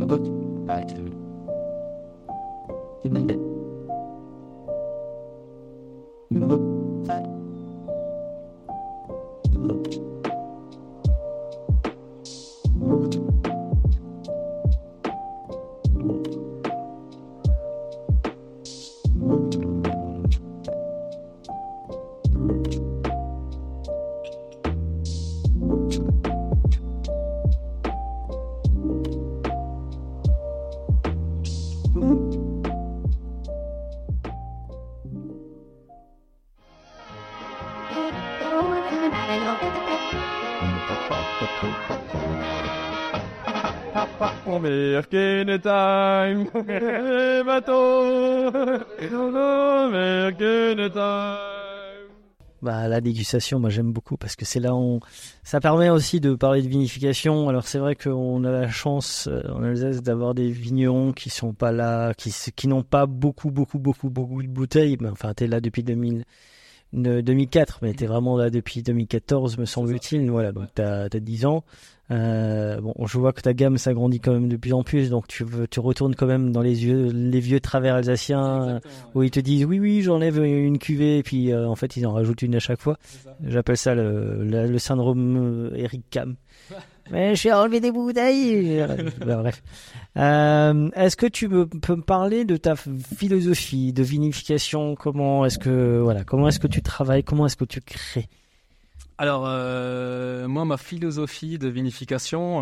La dégustation, moi j'aime beaucoup parce que c'est là où ça permet aussi de parler de vinification. Alors c'est vrai qu'on a la chance en Alsace d'avoir des vignerons qui sont pas là, qui n'ont pas beaucoup de bouteilles. Mais enfin, t'es là depuis 2004, mais t'es vraiment là depuis 2014, me semble-t-il. Voilà, donc t'as 10 ans. Je vois que ta gamme s'agrandit quand même de plus en plus, donc tu retournes quand même dans les vieux travers alsaciens où ils te disent oui j'enlève une cuvée et puis en fait ils en rajoutent une à chaque fois. J'appelle ça le syndrome Eric Cam. Mais j'ai enlevé des bouteilles. Bref. Est-ce que tu peux me parler de ta philosophie de vinification? Comment est-ce que tu travailles? Comment est-ce que tu crées? Alors, moi, ma philosophie de vinification,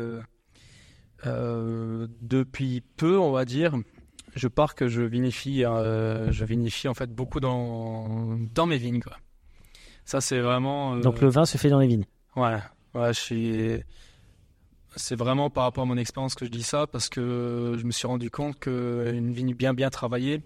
depuis peu, on va dire, je pars que je vinifie en fait beaucoup dans mes vignes, quoi. Ça, c'est vraiment. Donc le vin se fait dans les vignes. Ouais, c'est vraiment par rapport à mon expérience que je dis ça, parce que je me suis rendu compte qu'une vigne bien travaillée,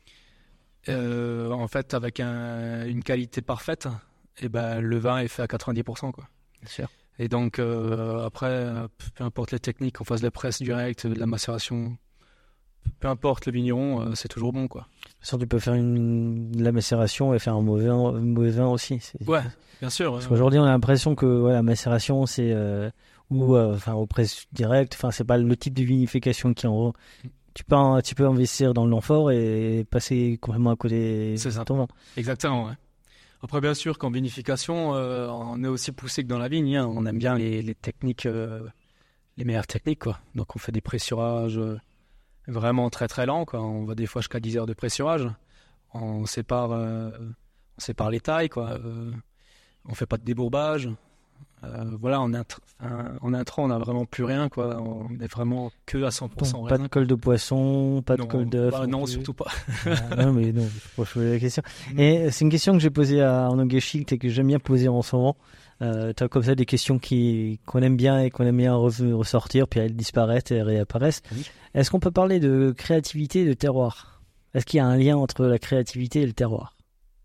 en fait, avec une qualité parfaite. Et le vin est fait à 90%, quoi. Bien sûr. Et donc après, peu importe les techniques, qu'on fasse de la presse directe, de la macération, peu importe le vigneron, c'est toujours bon, quoi. De toute façon, tu peux faire de la macération et faire un mauvais vin aussi. Ouais, bien sûr. Parce qu'aujourd'hui, on a l'impression que la macération, c'est aux presses directes. Enfin, c'est pas le type de vinification qui est en haut. Tu peux investir dans le Longfort et passer complètement à côté de ton vin. Exactement, ouais. Après, bien sûr, qu'en vinification, on est aussi poussé que dans la vigne. Hein. On aime bien les techniques, les meilleures techniques, quoi. Donc, on fait des pressurages vraiment très très lents, quoi. On va des fois jusqu'à 10 heures de pressurage. On sépare les tailles, quoi. On fait pas de débourbage. En intrant, on n'a vraiment plus rien, quoi. On est vraiment que à 100% pas de colle de poisson, pas de colle d'œuf. Non, surtout pas. Non, mais non, faut poser la question. Et c'est une question que j'ai posée à Arnaud Geschicht et que j'aime bien poser en ce moment. T'as comme ça des questions qu'on aime bien et qu'on aime bien ressortir, puis elles disparaissent et elles réapparaissent. Oui. Est-ce qu'on peut parler de créativité et de terroir? Est-ce qu'il y a un lien entre la créativité et le terroir?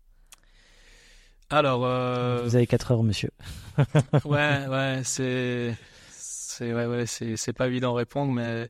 Alors, vous avez 4 heures, monsieur. ouais, c'est pas évident à répondre, mais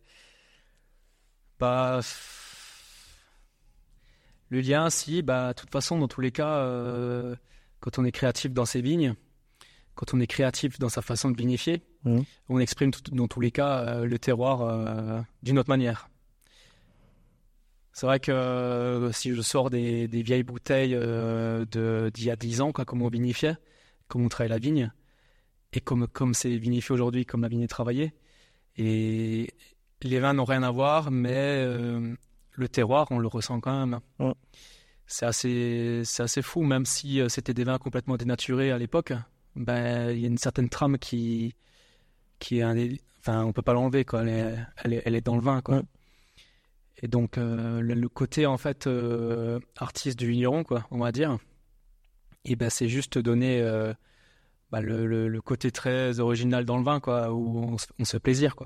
le lien, si, de toute façon, dans tous les cas, quand on est créatif dans ses vignes, quand on est créatif dans sa façon de vinifier, on exprime dans tous les cas le terroir d'une autre manière. C'est vrai que si je sors des vieilles bouteilles d'il y a 10 ans, quoi, comme on vinifiait, comme on travaille la vigne, et comme c'est vinifié aujourd'hui, comme la vigne est travaillée, et les vins n'ont rien à voir, mais le terroir, on le ressent quand même. Ouais. C'est assez fou, même si c'était des vins complètement dénaturés à l'époque, il y a une certaine trame qui est on peut pas l'enlever, quoi. Elle est dans le vin, quoi. Ouais. Et donc le côté en fait artiste du vigneron, quoi, on va dire, et c'est juste donner le côté très original dans le vin, quoi, où on se fait plaisir, quoi.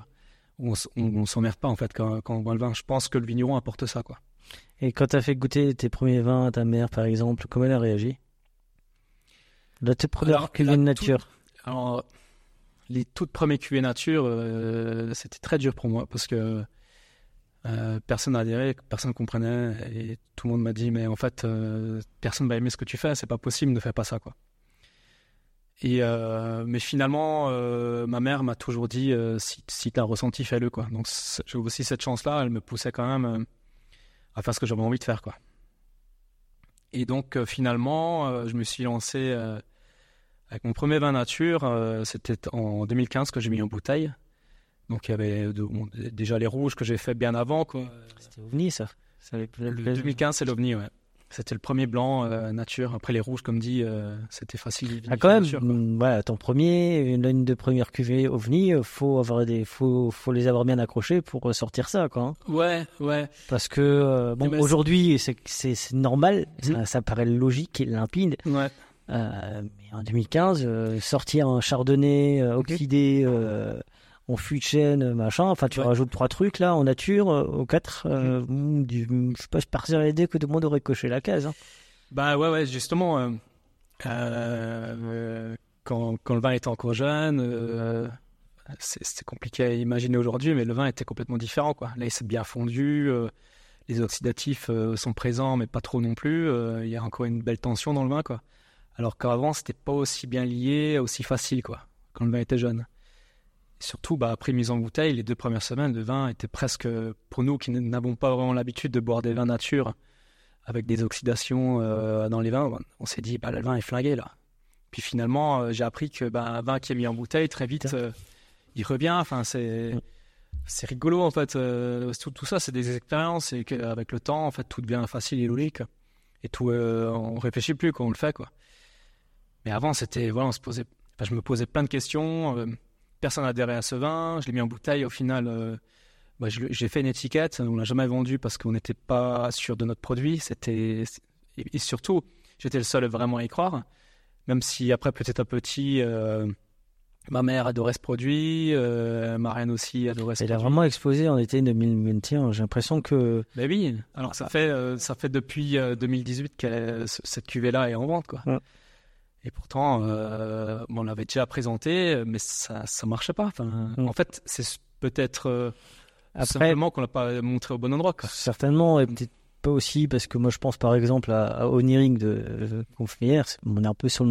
on s'emmerde pas en fait quand on boit le vin. Je pense que le vigneron apporte ça, quoi. Et quand tu as fait goûter tes premiers vins à ta mère, par exemple, comment elle a réagi? Là, tes premières cuvées de nature. Alors, les toutes premières cuvées nature, c'était très dur pour moi parce que personne n'a adhéré, personne ne comprenait et tout le monde m'a dit mais en fait personne va aimer ce que tu fais, c'est pas possible, ne fais pas ça, quoi. Et mais finalement ma mère m'a toujours dit si t'as ressenti, fais-le, quoi. Donc j'ai aussi cette chance-là, elle me poussait quand même à faire ce que j'avais envie de faire, quoi. Et donc finalement je me suis lancé avec mon premier vin nature, c'était en 2015 que j'ai mis en bouteille. Donc il y avait déjà les rouges que j'ai fait bien avant, quoi. C'était OVNI, ça. Le 2015, c'est l'OVNI, ouais. C'était le premier blanc nature. Après les rouges, comme dit, c'était facile. Quand même, nature, voilà, ton premier, une de première cuvée OVNI, faut les avoir bien accrochés pour sortir ça, quoi. Hein. Ouais. Parce que aujourd'hui, c'est normal, ça paraît logique et limpide. Ouais. Mais en 2015, sortir un chardonnay oxydé en fût de chêne, machin, enfin tu rajoutes 3 trucs là en nature, aux 4, je sais pas, je pars sur l'idée que tout le monde aurait coché la case. Hein. Bah ouais, justement, quand le vin était encore jeune, c'est compliqué à imaginer aujourd'hui, mais le vin était complètement différent, quoi. Là il s'est bien fondu, les oxydatifs sont présents mais pas trop non plus, il y a encore une belle tension dans le vin, quoi. Alors qu'avant, c'était pas aussi bien lié, aussi facile, quoi, quand le vin était jeune. Et surtout, après mise en bouteille, les 2 premières semaines, le vin était presque, pour nous qui n'avons pas vraiment l'habitude de boire des vins nature, avec des oxydations dans les vins, on s'est dit, le vin est flingué, là. Puis finalement, j'ai appris que un vin qui est mis en bouteille, très vite, il revient. Enfin, c'est rigolo, en fait. Tout ça, c'est des expériences, et qu'avec le temps, en fait, tout devient facile et logique. Et tout, on réfléchit plus quand on le fait, quoi. Mais avant, c'était, voilà, je me posais plein de questions. Personne n'adhérait à ce vin. Je l'ai mis en bouteille. Au final, j'ai fait une étiquette. On l'a jamais vendue parce qu'on n'était pas sûr de notre produit. Et surtout, j'étais le seul vraiment à y croire. Même si après, petit à petit, ma mère adorait ce produit, ma reine aussi adorait ce produit. Elle a vraiment explosé en été 2021. J'ai l'impression que. Ben oui. Alors ça fait depuis 2018 que cette cuvée-là est en vente, quoi. Ouais. Et pourtant, on l'avait déjà présenté, mais ça marchait pas. Enfin, en fait, c'est peut-être simplement qu'on l'a pas montré au bon endroit, quoi. Certainement, et peut-être pas aussi parce que moi, je pense par exemple à Oniring de Confluère. On est un peu sur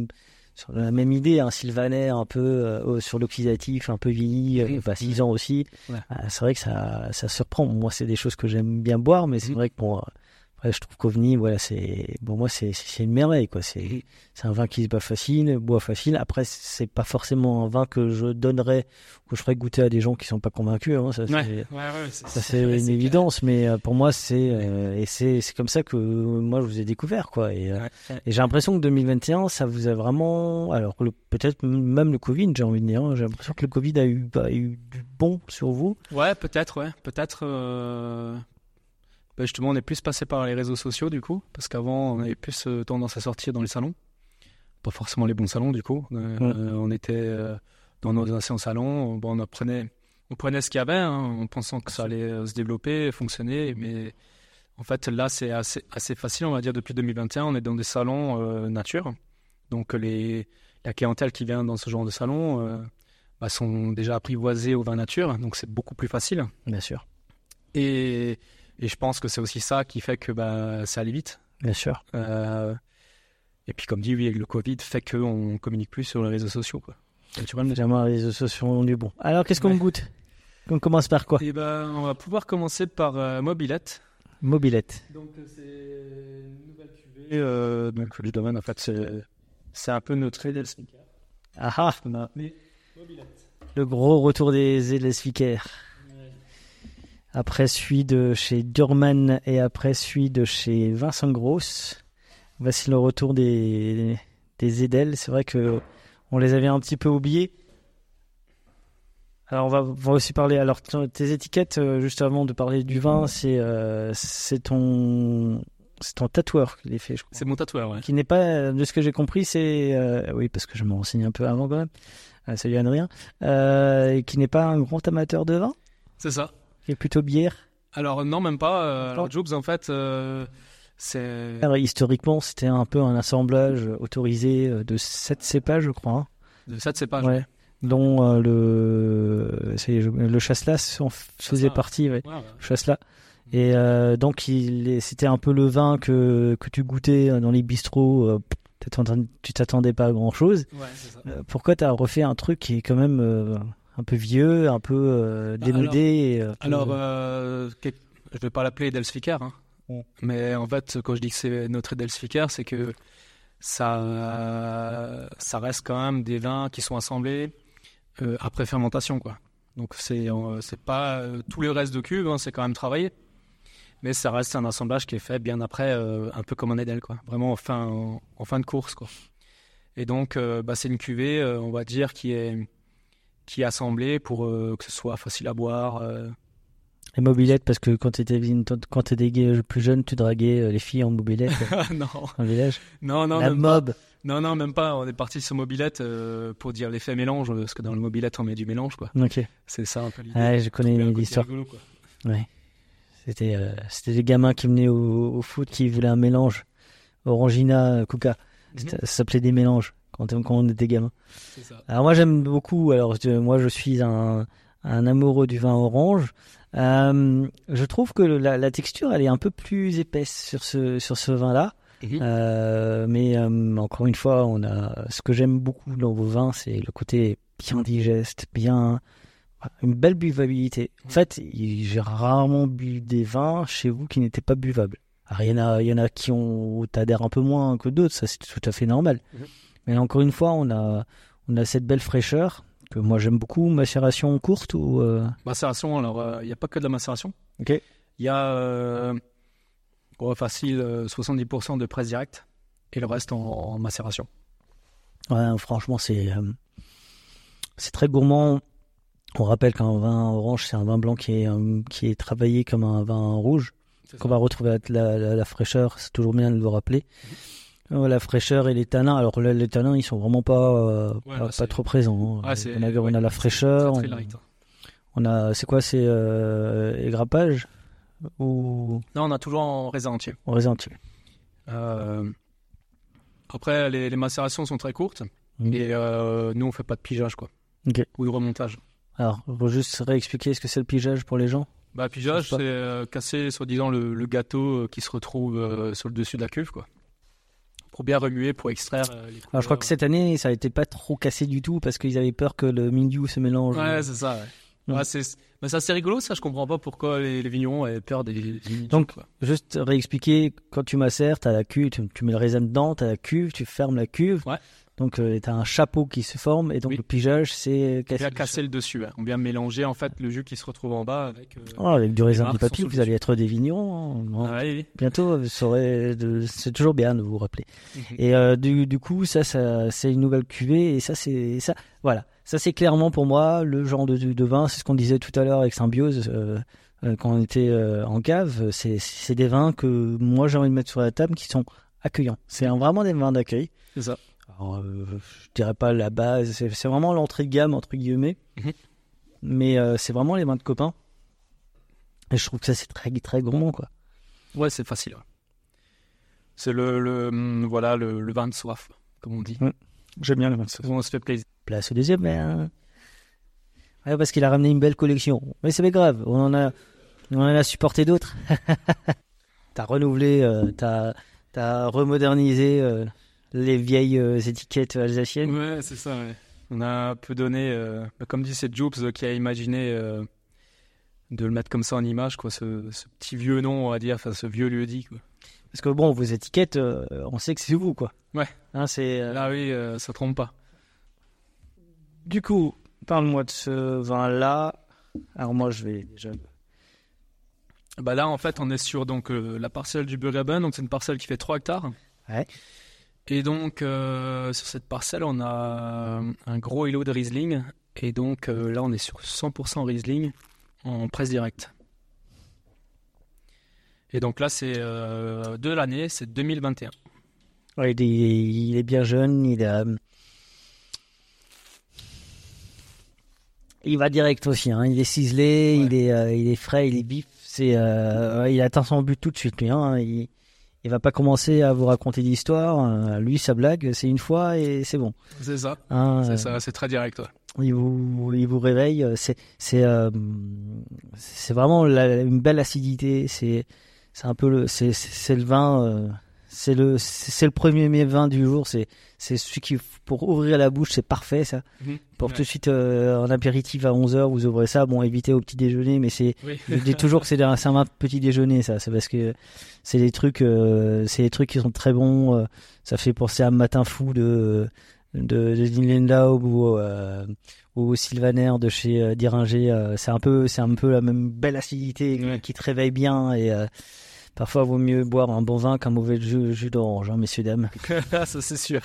la même idée, un sylvaner un peu sur l'oxydatif, un peu vieilli, 6 ans aussi. Ouais. C'est vrai que ça surprend. Moi, c'est des choses que j'aime bien boire, mais c'est vrai que je trouve qu'OVNI, voilà, moi, c'est une merveille, quoi. C'est un vin qui se boit facile. Après, c'est pas forcément un vin que je donnerais, que je ferais goûter à des gens qui sont pas convaincus, hein. C'est une évidence, mais pour moi, c'est comme ça que moi, je vous ai découvert, quoi. Et j'ai l'impression que 2021, ça vous a vraiment, alors peut-être même le Covid, j'ai envie de dire, hein, j'ai l'impression que le Covid a eu du bon sur vous. Ouais, peut-être. Justement, on est plus passé par les réseaux sociaux, du coup, parce qu'avant, on avait plus tendance à sortir dans les salons. Pas forcément les bons salons, du coup. On était dans nos anciens salons, on prenait ce qu'il y avait, hein, en pensant que ça allait se développer, fonctionner, mais en fait, là, c'est assez facile, on va dire, depuis 2021, on est dans des salons nature. Donc, la clientèle qui vient dans ce genre de salon sont déjà apprivoisés au vin nature, donc c'est beaucoup plus facile. Bien sûr. Et je pense que c'est aussi ça qui fait que ça allait vite. Bien sûr. Et puis comme dit, oui, le Covid fait qu'on communique plus sur les réseaux sociaux, quoi. Tu vois, les réseaux sociaux ont du bon. Alors, qu'est-ce qu'on goûte? On commence par quoi? On va pouvoir commencer par Mobilette. Mobilette. Donc c'est une nouvelle cuvée. Donc le domaine, en fait, c'est un peu notre Edelspiker. Ah. Mais Mobilette. Le gros retour des Edelspiker. Après celui de chez Durman et après celui de chez Vincent Gross. Voici le retour des Edel. C'est vrai que on les avait un petit peu oubliés. Alors on va aussi parler. Alors tes étiquettes, juste avant de parler du vin, c'est ton tatoueur qui les fait, je crois. C'est mon tatoueur, ouais. Qui n'est pas, de ce que j'ai compris, c'est oui, parce que je me renseigne un peu avant quand même. Salut Adrien, qui n'est pas un grand amateur de vin, C'est ça. qui est plutôt bière. Alors non, même pas. Alors Jobs, en fait, c'est... Alors, historiquement, c'était un peu un assemblage autorisé de 7 cépages, je crois. Hein. De 7 cépages. Ouais. Dont le Chasselas faisait partie. Ouais. Chasselas. Et donc, c'était un peu le vin que tu goûtais dans les bistrots. Tu t'attendais pas à grand-chose. Ouais, c'est ça. Pourquoi tu as refait un truc qui est quand même un peu vieux, un peu dénudé Je vais pas l'appeler Edelzwicker, hein. Mais en fait, quand je dis que c'est notre Edelzwicker, c'est que ça reste quand même des vins qui sont assemblés après fermentation, quoi. Donc c'est pas tous les restes de cuve, hein, c'est quand même travaillé, mais ça reste un assemblage qui est fait bien après, un peu comme un Edel, quoi. Vraiment en fin de course, quoi. Et donc c'est une cuvée, on va dire, qui est assemblée pour que ce soit facile à boire. Les mobylettes, parce que quand tu étais plus jeune, tu draguais les filles en mobylettes non. dans le village. Non, la mob. Non, même pas. On est parti sur mobilette pour dire l'effet mélange, parce que dans le mobilette, on met du mélange, quoi. Ok. C'est ça un peu l'idée. Ouais, je connais l'histoire. Rigolo, quoi. Ouais. C'était des gamins qui venaient au foot qui voulaient un mélange. Orangina, Coca. Ça s'appelait des mélanges quand on était gamin. C'est ça. Alors moi, j'aime beaucoup. Alors moi, je suis un amoureux du vin orange. Je trouve que la texture, elle est un peu plus épaisse sur ce vin-là. Mais encore une fois, ce que j'aime beaucoup dans vos vins, c'est le côté bien digeste, une belle buvabilité. En fait, j'ai rarement bu des vins chez vous qui n'étaient pas buvables. Alors, il y en a qui t'adhèrent un peu moins que d'autres, ça c'est tout à fait normal. Mais encore une fois, on a cette belle fraîcheur que moi j'aime beaucoup. Macération courte ou Macération, alors il n'y a pas que de la macération. Ok. Il y a facile 70% de presse directe et le reste en macération. Ouais, franchement, c'est très gourmand. On rappelle qu'un vin orange, c'est un vin blanc qui est travaillé comme un vin rouge, qu'on va retrouver la fraîcheur. C'est toujours bien de le rappeler. La fraîcheur et les tanins. Alors les tanins, ils sont vraiment pas trop présents. Hein. On a la fraîcheur. C'est très light. C'est quoi, c'est égrappage ou... Non, on a toujours en raisin entier. En raisin entier. Après, les macérations sont très courtes et nous on fait pas de pigeage, quoi. Okay. Ou de remontage. Alors, on va juste réexpliquer ce que c'est le pigeage pour les gens. Pigeage, c'est casser, soi-disant, le gâteau qui se retrouve sur le dessus de la cuve, quoi. Pour bien remuer, pour extraire les couleurs. Alors, je crois que cette année, ça n'était pas trop cassé du tout parce qu'ils avaient peur que le mildiou se mélange. Ouais, c'est ça, ouais. Ouais, mais ça, c'est rigolo, ça. Je comprends pas pourquoi les vignerons avaient peur des mildiou. Donc, juste réexpliquer, quand tu macères, tu as la cuve, tu mets le raisin dedans, tu as la cuve, tu fermes la cuve. Ouais. Donc, tu as un chapeau qui se forme et donc le pigeage, c'est casser le dessus. Hein. On vient mélanger en fait le jus qui se retrouve en bas avec du raisin du papy. Vous allez être des vignerons. Hein. Oui. Bientôt, c'est toujours bien de vous rappeler. Et du coup, ça, c'est une nouvelle cuvée et ça, c'est ça. Voilà, ça c'est clairement pour moi le genre de vin. C'est ce qu'on disait tout à l'heure avec Symbiose quand on était en cave. C'est des vins que moi j'ai envie de mettre sur la table qui sont accueillants. C'est vraiment des vins d'accueil. C'est ça. Alors, je dirais pas la base, c'est vraiment l'entrée de gamme entre guillemets, mais c'est vraiment les vins de copains. Et je trouve que ça c'est très très gourmand, quoi. Ouais, c'est facile. Ouais. C'est le vin de soif, comme on dit. J'aime bien le vin de soif. On se fait plaisir. Place au deuxième vin. Ouais, parce qu'il a ramené une belle collection. Mais c'est pas grave, on en a supporté d'autres. T'as renouvelé, t'as remodernisé. Les vieilles étiquettes alsaciennes. Ouais, c'est ça, ouais. On a un peu donné, comme dit, c'est Jobs qui a imaginé de le mettre comme ça en image, quoi, ce petit vieux nom, on va dire, enfin ce vieux lieu-dit, quoi. Parce que bon, vos étiquettes, on sait que c'est vous, quoi. Ouais. Hein, là, oui, ça trompe pas. Du coup, parle-moi de ce vin-là. Alors moi, je vais déjà... Là, en fait, on est sur donc, la parcelle du Burgaben, donc c'est une parcelle qui fait 3 hectares. Ouais. Et donc, sur cette parcelle, on a un gros îlot de Riesling. Et donc, là, on est sur 100% Riesling en presse directe. Et donc là, c'est de l'année, c'est 2021. Ouais, il est bien jeune, Il va direct aussi, hein. Il est ciselé, il est frais, il est vif. Il atteint son but tout de suite, lui, hein. Il va pas commencer à vous raconter d'histoire. Lui, sa blague, c'est une fois et c'est bon. C'est ça. Hein, c'est ça, c'est très direct. Ouais. Il vous réveille. C'est vraiment une belle acidité. C'est un peu c'est le vin. C'est le premier vin du jour. C'est celui qui, pour ouvrir la bouche, c'est parfait, ça. Pour tout de suite, en apéritif à 11h, vous ouvrez ça. Bon, évitez au petit déjeuner, mais je dis toujours que c'est un petit déjeuner, ça. C'est parce que c'est des trucs qui sont très bons. Ça fait penser à Matin Fou de Lindenlaub ou Sylvaner de chez Diringer. C'est un peu la même belle acidité qui te réveille bien et, parfois, il vaut mieux boire un bon vin qu'un mauvais jus d'orange, hein, messieurs, dames. Ça, c'est sûr.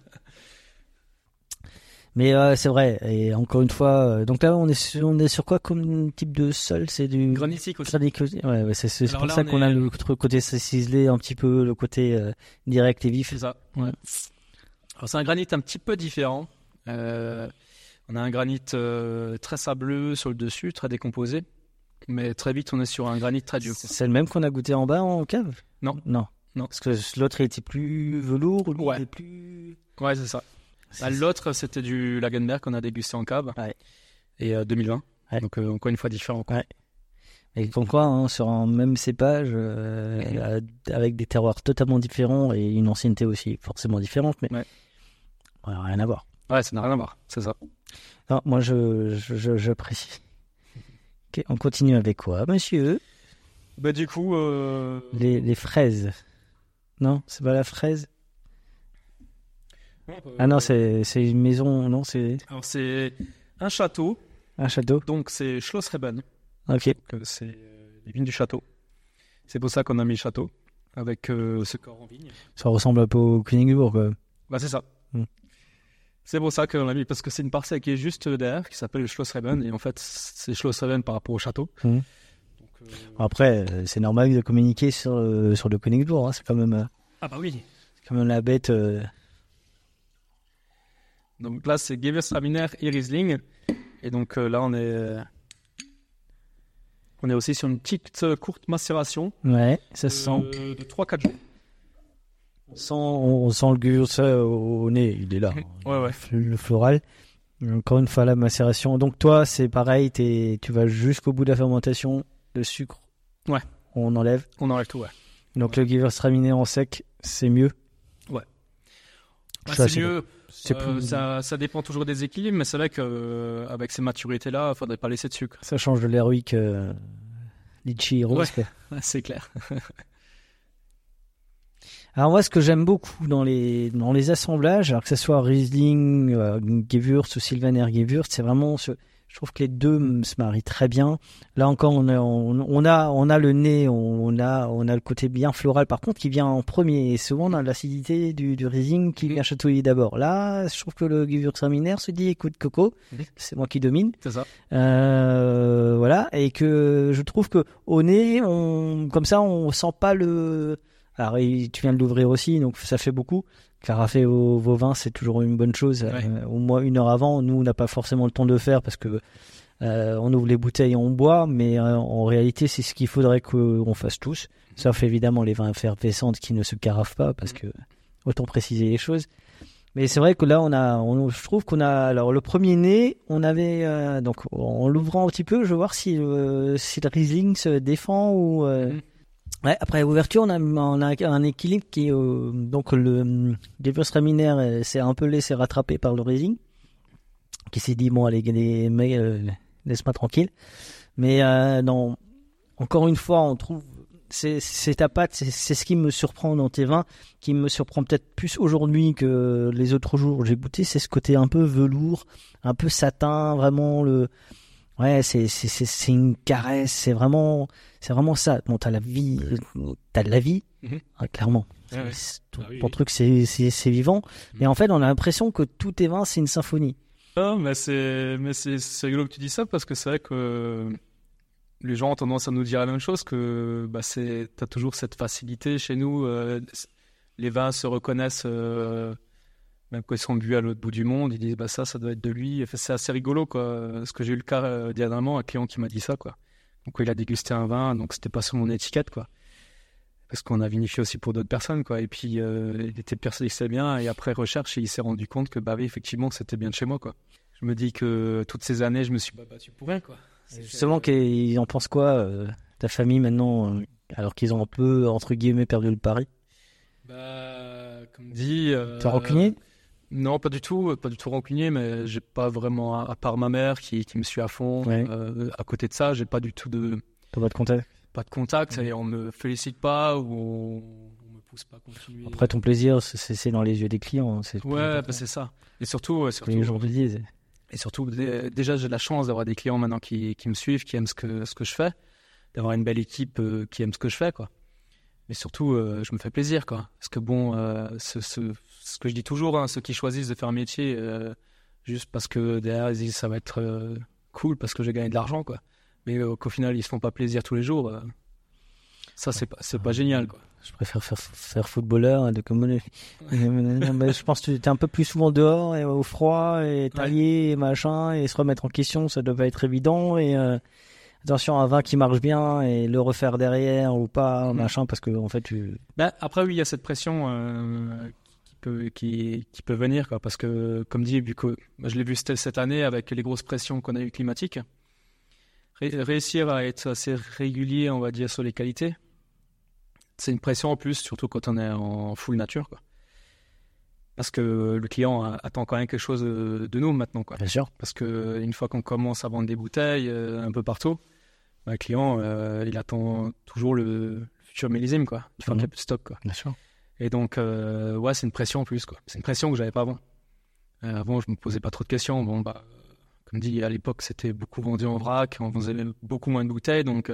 Mais c'est vrai. Et encore une fois, donc là, on est sur quoi comme type de sol? C'est du granitique aussi. Ouais, c'est pour ça qu'on a le côté ciselé, un petit peu le côté direct et vif. C'est ça. Ouais. Alors, c'est un granit un petit peu différent. On a un granit très sableux sur le dessus, très décomposé. Mais très vite, on est sur un granit très dur. C'est le même qu'on a goûté en bas en cave? Non. Parce que l'autre il était plus velours, lui, il était plus... Ouais, c'est ça. L'autre, c'était du Lagenberg qu'on a dégusté en cave. Ouais. Et 2020. Ouais. Donc, encore une fois, différent. Ouais. Et comme quoi, hein, sur un même cépage, avec des terroirs totalement différents et une ancienneté aussi forcément différente, mais rien à voir. Ouais, ça n'a rien à voir, c'est ça. Non, moi, j'apprécie. Okay, on continue avec quoi, monsieur? Bah du coup... Les fraises. Non, c'est pas la fraise. Ah non, c'est une maison, non, c'est... Alors c'est un château. Un château. Donc c'est Schlossreben. Ok. C'est les vignes du château. C'est pour ça qu'on a mis le château, avec ce corps en vigne. Ça ressemble un peu au Königsbourg, quoi. Bah c'est ça. C'est pour ça qu'on l'a mis, parce que c'est une parcelle qui est juste derrière, qui s'appelle Schlossreben, et en fait, c'est Schlossreben par rapport au château. Donc, après, c'est normal de communiquer sur le Königsbourg, hein. C'est quand même... Ah bah oui. C'est quand même la bête... Donc là, c'est Gewürztraminer et Riesling. Et donc là, on est aussi sur une petite courte macération. Ouais, ça se sent. De 3-4 jours. On sent le Gewürz au nez, il est là. Ouais. Le floral. Encore une fois, la macération. Donc toi, c'est pareil, tu vas jusqu'au bout de la fermentation. Le sucre, on enlève. On enlève tout, ouais. Donc le Gewürztraminer en sec, c'est mieux. Ouais. C'est mieux. Ça dépend toujours des équilibres, mais c'est vrai qu'avec ces maturités-là, il ne faudrait pas laisser de sucre. Ça change de l'heroic litchi rose. Ouais, c'est clair. Alors moi, ce que j'aime beaucoup dans les assemblages, alors que ce soit Riesling, Gewürz ou Sylvaner Gewürz, c'est vraiment je trouve que les deux se marient très bien. Là encore, on a le nez, on a le côté bien floral, par contre, qui vient en premier. Et souvent, on a l'acidité du Riesling qui vient chatouiller d'abord. Là, je trouve que le Gewürztraminer se dit écoute Coco, c'est moi qui domine. C'est ça. Voilà, et que je trouve que au nez, comme ça, on sent pas le... Alors, tu viens de l'ouvrir aussi, donc ça fait beaucoup. Carafer vos vins, c'est toujours une bonne chose. Au moins 1 heure avant, nous, on n'a pas forcément le temps de le faire parce que on ouvre les bouteilles et on boit, mais en réalité, c'est ce qu'il faudrait qu'on fasse tous. Sauf évidemment les vins effervescents qui ne se carafent pas, parce que autant préciser les choses. Mais c'est vrai que là, je trouve qu'on a, alors le premier nez, on avait, donc en l'ouvrant un petit peu, je vais voir si le Riesling se défend ou... Ouais, après l'ouverture, on a un équilibre qui est donc le Gewürztraminer s'est un peu laissé rattraper par le Riesling, qui s'est dit bon allez laisse-moi tranquille. Mais encore une fois, on trouve c'est ta patte, c'est ce qui me surprend dans tes vins, qui me surprend peut-être plus aujourd'hui que les autres jours où j'ai goûté, c'est ce côté un peu velours, un peu satin, vraiment ouais, c'est une caresse, c'est vraiment ça. Bon, t'as de la vie, clairement. Ouais. Ton truc, c'est vivant. Mais en fait, on a l'impression que tous tes vins, c'est une symphonie. Ah, mais c'est rigolo que tu dis ça, parce que c'est vrai que les gens ont tendance à nous dire la même chose, que t'as toujours cette facilité chez nous. Les vins se reconnaissent Même quand ils sont vus à l'autre bout du monde, ils disent bah ça doit être de lui. Enfin, c'est assez rigolo quoi. Parce que j'ai eu le cas dernièrement, un client qui m'a dit ça quoi. Donc il a dégusté un vin, donc c'était pas sur mon étiquette quoi. Parce qu'on a vinifié aussi pour d'autres personnes quoi. Et puis il était persuadé que c'était bien. Et après recherche, il s'est rendu compte que bah oui effectivement c'était bien de chez moi quoi. Je me dis que toutes ces années, je me suis pas battu pour rien quoi. Justement, ils en pensent quoi ta famille maintenant, alors qu'ils ont un peu entre guillemets perdu le pari? Bah comme dit. T'es rancunier? Non, pas du tout rancunier, mais j'ai pas vraiment, à part ma mère qui me suit à fond. Ouais. À côté de ça, j'ai pas du tout de. T'as pas de contact? Pas de contact, c'est-à-dire on me félicite pas ou on me pousse pas à continuer. Après, ton plaisir, c'est dans les yeux des clients. Ouais, bah c'est ça. Et surtout les gens te disent. Et surtout, déjà, j'ai de la chance d'avoir des clients maintenant qui me suivent, qui aiment ce que je fais, d'avoir une belle équipe qui aime ce que je fais, quoi. Mais surtout, je me fais plaisir, quoi. Parce que bon, ce que je dis toujours, hein, ceux qui choisissent de faire un métier juste parce que derrière ils disent ça va être cool parce que j'ai gagné de l'argent, quoi. Mais qu'au final ils se font pas plaisir tous les jours, ça c'est pas génial, quoi. Je préfère faire footballeur de commoner. Je pense que tu es un peu plus souvent dehors et au froid et tailler et machin et se remettre en question, ça doit pas être évident. Et attention, un vin qui marche bien et le refaire derrière ou pas, machin, parce que en fait après oui, il y a cette pression qui peut venir, quoi, parce que comme dit, vu que je l'ai vu cette année avec les grosses pressions qu'on a eues climatiques, réussir à être assez régulier, on va dire, sur les qualités, c'est une pression en plus, surtout quand on est en full nature, quoi. Parce que le client attend quand même quelque chose de nous maintenant, quoi. Bien sûr. Parce que une fois qu'on commence à vendre des bouteilles un peu partout, le client il attend toujours le futur millésime, quoi. Une fois qu'il y a plus de stock, quoi. Bien sûr. Et donc ouais, c'est une pression en plus, quoi. C'est une pression que j'avais pas avant. Avant, je me posais pas trop de questions. Bon bah, comme dit, à l'époque, c'était beaucoup vendu en vrac, on faisait beaucoup moins de bouteilles, donc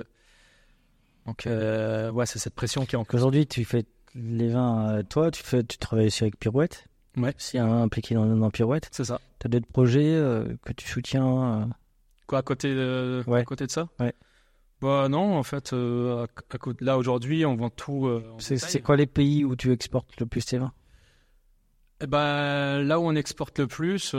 ouais, c'est cette pression qui est en plus. Aujourd'hui, tu fais les vins, toi, tu travailles aussi avec Pirouette. Ouais. C'est impliqué dans Pirouette. C'est ça. T'as d'autres projets que tu soutiens Quoi, à côté de ça? Ouais. Bah non, en fait, là aujourd'hui, on vend tout. C'est quoi les pays où tu exportes le plus tes vins? Eh ben, là où on exporte le plus,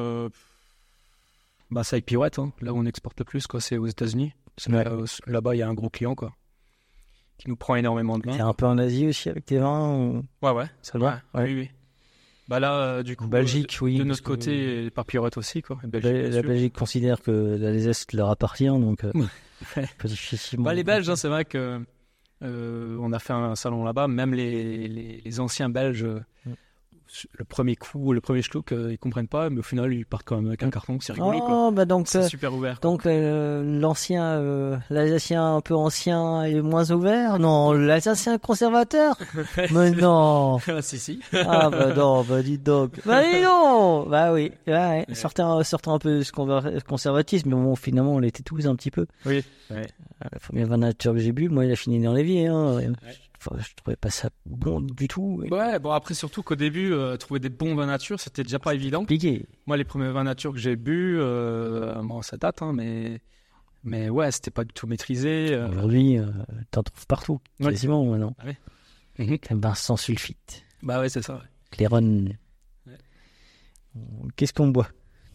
bah c'est avec Pirouette, hein. Là où on exporte le plus, quoi, c'est aux États-Unis. Ouais. Là-bas, il y a un gros client, quoi, qui nous prend énormément de vin. T'es un peu en Asie aussi avec tes vins ou... Ouais. Ça va. Ouais. Oui. Bah là, du coup, Belgique, oui. De notre côté, par Pirouette aussi, quoi. Belgique, la Belgique considère que l'Alsace leur appartient, donc difficilement. Bah, les Belges, hein, c'est vrai que on a fait un salon là-bas, même les anciens Belges, le premier coup, le premier schluck, ils comprennent pas, mais au final, ils partent quand même avec un carton, c'est rigolo, quoi. Bah donc, c'est super ouvert. Donc l'ancien, l'Alsacien un peu ancien et moins ouvert? Non, l'Alsacien conservateur? Mais non. Si. Ah bah non, bah dis donc. Bah dis donc. Bah oui. Ouais. Sortant un peu ce conservatisme, mais bon, finalement, on l'était tous un petit peu. Oui. Ouais. La première vin nature que j'ai bu, moi, il a fini dans l'évier, hein. Ouais. Enfin, je trouvais pas ça bon du tout. Ouais, bon après surtout qu'au début, trouver des bons vins nature, c'était déjà pas évident. Compliqué. Moi, les premiers vins nature que j'ai bu, bon, ça date, hein, mais ouais, c'était pas du tout maîtrisé. Aujourd'hui, t'en trouves partout, quasiment maintenant. Ah ouais. Un vin sans sulfite. Bah ouais, c'est ça. Ouais. Claironne. Ouais. Qu'est-ce qu'on boit?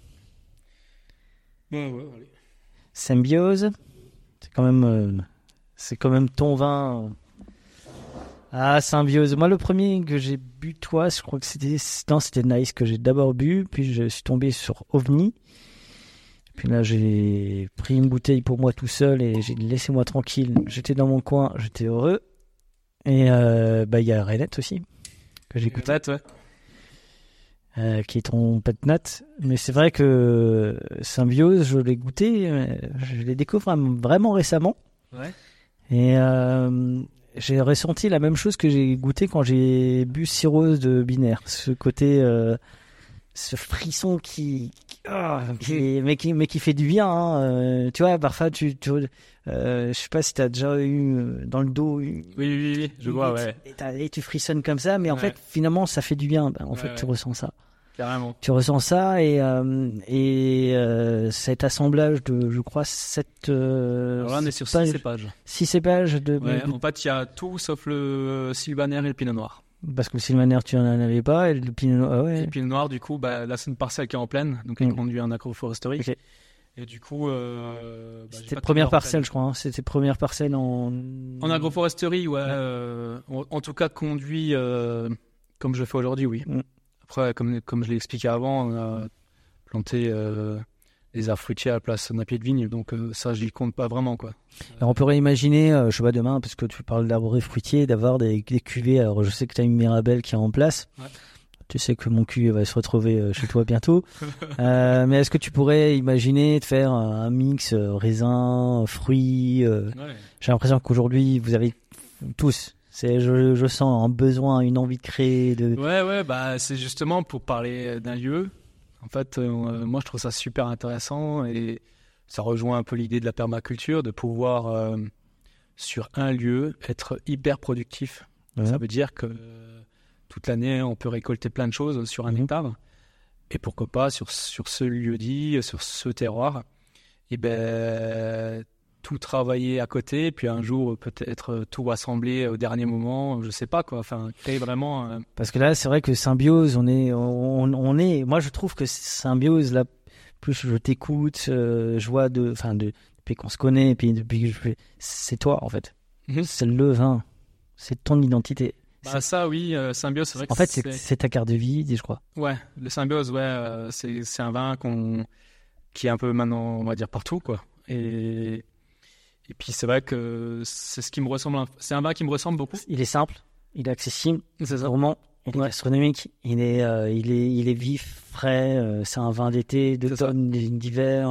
Ouais, allez. Symbiose. C'est quand même ton vin. Ah, Symbiose. Moi, le premier que j'ai bu, toi, je crois que c'était Nice que j'ai d'abord bu, puis je suis tombé sur OVNI. Puis là, j'ai pris une bouteille pour moi tout seul et j'ai laissé moi tranquille. J'étais dans mon coin, j'étais heureux. Et il y a Renette aussi que j'ai goûté. Qui est ton pet nat. Mais c'est vrai que Symbiose, je l'ai goûté, je l'ai découvert vraiment récemment. Ouais. Et j'ai ressenti la même chose que j'ai goûté quand j'ai bu Cirrhose de Binaire. Ce côté, ce frisson qui fait du bien. Hein. Tu vois, parfois, je sais pas si t'as déjà eu dans le dos. Oui, je vois, ouais. Et tu frissonnes comme ça, mais en fait, finalement, ça fait du bien. Tu ressens ça. Carrément. Tu ressens ça et cet assemblage de, je crois, 7... Alors là, on est sur 6 cépages. 6 cépages de... Ouais, en fait, il y a tout sauf le Sylvaner et le Pinot Noir. Parce que le Sylvaner, tu n'en avais pas, et le Pinot Noir, ah ouais. Et le Pinot Noir, du coup, là, c'est une parcelle qui est en plaine, donc elle conduit en agroforesterie. Okay. Et du coup, c'était première parcelle, je crois. Hein. C'était première parcelle en agroforesterie, ouais. En tout cas, conduit comme je fais aujourd'hui, oui. Après, comme je l'ai expliqué avant, on a planté les arbres fruitiers à la place d'un pied de vigne, donc ça, je n'y compte pas vraiment, quoi. Alors, on pourrait imaginer, je sais pas demain, parce que tu parles d'arbres fruitiers, d'avoir des cuvées. Alors, je sais que tu as une Mirabelle qui est en place. Ouais. Tu sais que mon cul va se retrouver chez toi bientôt. Mais est-ce que tu pourrais imaginer de faire un mix raisin, fruits J'ai l'impression qu'aujourd'hui, vous avez tous, je sens un besoin, une envie de créer. Ouais, bah, c'est justement pour parler d'un lieu. En fait, moi, je trouve ça super intéressant et ça rejoint un peu l'idée de la permaculture, de pouvoir, sur un lieu, être hyper productif. Ouais. Ça veut dire que toute l'année, on peut récolter plein de choses sur un hectare. Et pourquoi pas, sur ce lieu-dit, sur ce terroir, et tout travailler à côté, puis un jour, peut-être tout rassembler au dernier moment, je sais pas quoi. Enfin, créer vraiment... Parce que là, c'est vrai que Symbiose, on est... Moi, je trouve que Symbiose, là, plus je t'écoute, je vois depuis qu'on se connaît, et puis depuis que je fais... C'est toi, en fait. C'est le vin. C'est ton identité. Bah ça oui, Symbiose, c'est vrai que en fait c'est ta carte de visite, je crois. Ouais, le Symbiose, c'est un vin qui est un peu maintenant, on va dire, partout, quoi. Et puis c'est vrai que c'est ce qui me ressemble. C'est un vin qui me ressemble beaucoup. Il est simple, il est accessible, c'est ça. Gourmand, il est gastronomique, il est vif, frais. C'est un vin d'été, d'automne, d'hiver.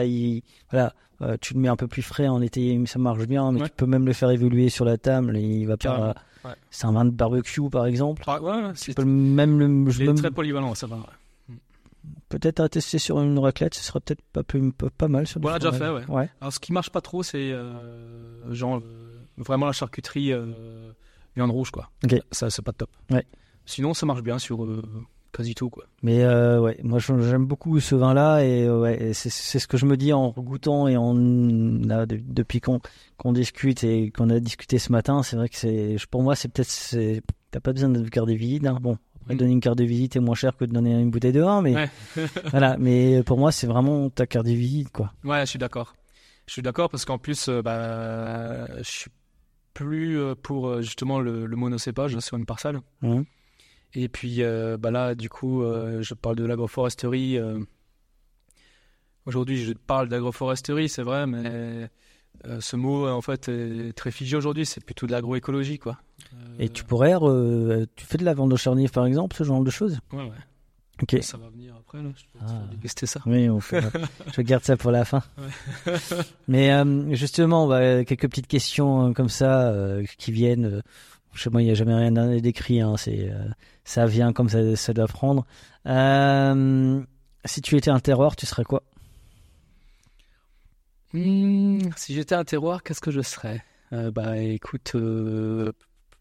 Tu le mets un peu plus frais en été, ça marche bien, mais tu peux même le faire évoluer sur la table. Il va pas. Ouais. C'est un vin de barbecue, par exemple. Tu peux même il est très polyvalent, ça va. Peut-être à tester sur une raclette, ce serait peut-être pas mal. Sur voilà, déjà fait, ouais. Alors, ce qui marche pas trop, c'est vraiment la charcuterie viande rouge, quoi. Okay. Ça, c'est pas top. Ouais. Sinon, ça marche bien sur quasi tout, quoi. Mais moi j'aime beaucoup ce vin-là et c'est ce que je me dis en goûtant et depuis qu'on discute et qu'on a discuté ce matin. C'est vrai que pour moi t'as pas besoin de carte de visite. Hein. Bon, après, donner une carte de visite est moins cher que de donner une bouteille de vin, mais voilà. Mais pour moi, c'est vraiment ta carte de visite, quoi. Ouais, je suis d'accord. Je suis d'accord parce qu'en plus, je suis plus pour justement le monocépage sur une parcelle. Et puis là, du coup, je parle de l'agroforesterie. Aujourd'hui, je parle d'agroforesterie, c'est vrai, mais ce mot, en fait, est très figé aujourd'hui. C'est plutôt de l'agroécologie, quoi. Et tu pourrais... tu fais de la vente de charniers, par exemple, ce genre de choses ? Ouais. Ok. Ça va venir après, là. Je peux déguster ça. Oui, je garde ça pour la fin. Ouais. Mais justement, quelques petites questions comme ça qui viennent... Chez moi, il n'y a jamais rien d'écrit. Hein. Ça vient comme ça doit prendre. Si tu étais un terroir, tu serais quoi ? Si j'étais un terroir, qu'est-ce que je serais ? Écoute, je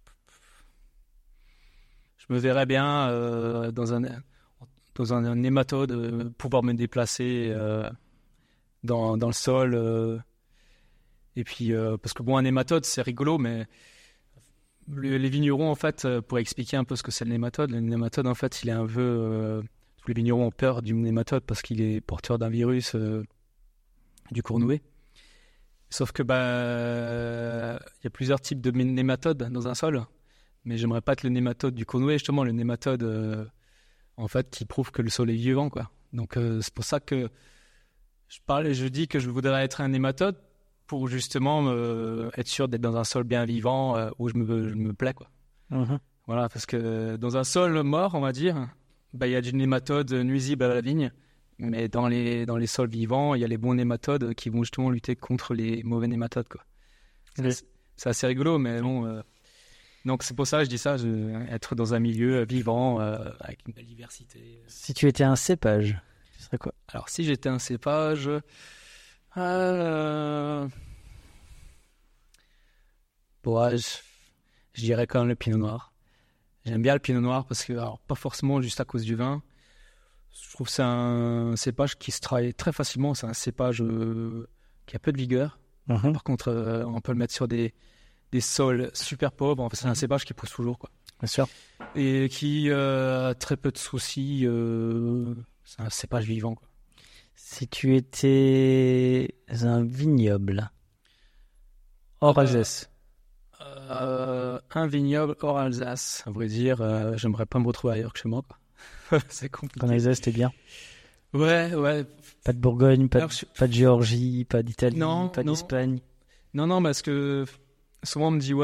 me verrais bien dans un nématode, pouvoir me déplacer dans le sol. Et puis, parce que un nématode, c'est rigolo, mais... Les vignerons, en fait, pour expliquer un peu ce que c'est le nématode en fait, il est un peu... tous les vignerons ont peur du nématode parce qu'il est porteur d'un virus du cournouet. Sauf que y a plusieurs types de nématodes dans un sol, mais j'aimerais pas être le nématode du cournouet, justement, le nématode en fait, qui prouve que le sol est vivant, quoi. Donc c'est pour ça que je dis que je voudrais être un nématode, pour justement être sûr d'être dans un sol bien vivant où je me plais, quoi. Voilà, parce que dans un sol mort, on va dire, il y a des nématodes nuisibles à la vigne, mais dans les sols vivants, il y a les bons nématodes qui vont justement lutter contre les mauvais nématodes, quoi. C'est assez rigolo, mais bon... donc c'est pour ça que je dis ça, être dans un milieu vivant avec une belle diversité. Si tu étais un cépage, tu serais quoi ? Alors si j'étais un cépage... je dirais quand même le pinot noir. J'aime bien le pinot noir parce que, alors, pas forcément juste à cause du vin. Je trouve que c'est un cépage qui se travaille très facilement. C'est un cépage qui a peu de vigueur. Par contre, on peut le mettre sur des sols super pauvres. En fait, c'est un cépage qui pousse toujours, quoi. Bien sûr. Et qui a très peu de soucis. C'est un cépage vivant, quoi. Si tu étais un vignoble hors Alsace. Un vignoble hors Alsace, à vrai dire, j'aimerais pas me retrouver ailleurs que chez moi, quoi. C'est compliqué. En Alsace, t'es bien. Ouais. Pas de Bourgogne, pas de Géorgie, pas d'Italie, pas d'Espagne. Non, parce que souvent on me dit,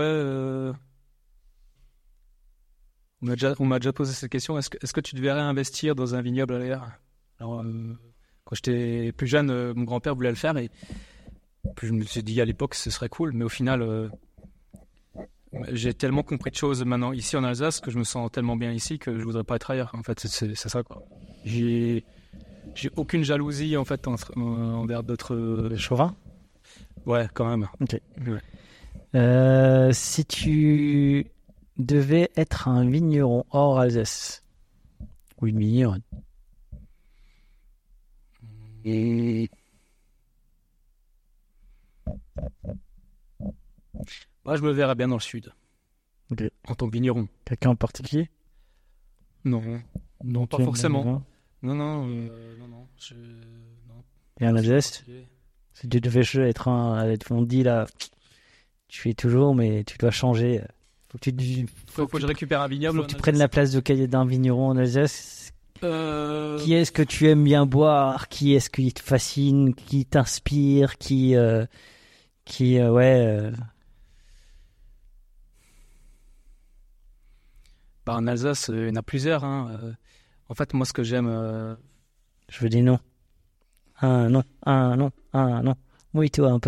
on m'a déjà posé cette question, est-ce que tu devrais investir dans un vignoble à l'air? Alors, quand j'étais plus jeune, mon grand-père voulait le faire et puis je me suis dit à l'époque ce serait cool, mais au final, j'ai tellement compris de choses maintenant ici en Alsace que je me sens tellement bien ici que je voudrais pas être ailleurs. En fait, c'est ça, quoi. J'ai aucune jalousie en fait envers d'autres. Chauvin. Ouais, quand même. Ok. Ouais. Si tu devais être un vigneron hors Alsace ou une vigneronne. Moi, je me verrais bien dans le sud. Okay. En tant que vigneron. Quelqu'un en particulier? Non, pas forcément. Non. Et en Alsace, si tu devais être on dit là, tu fais toujours, mais tu dois changer. Faut que je récupère un vignoble. Faut que tu prennes la place d'un vigneron en Alsace. Qui est-ce que tu aimes bien boire? Qui est-ce qui te fascine? Qui t'inspire? En Alsace, il y en a plusieurs. En fait, moi, ce que j'aime... Je veux des noms. Un nom. Mouille-toi un peu.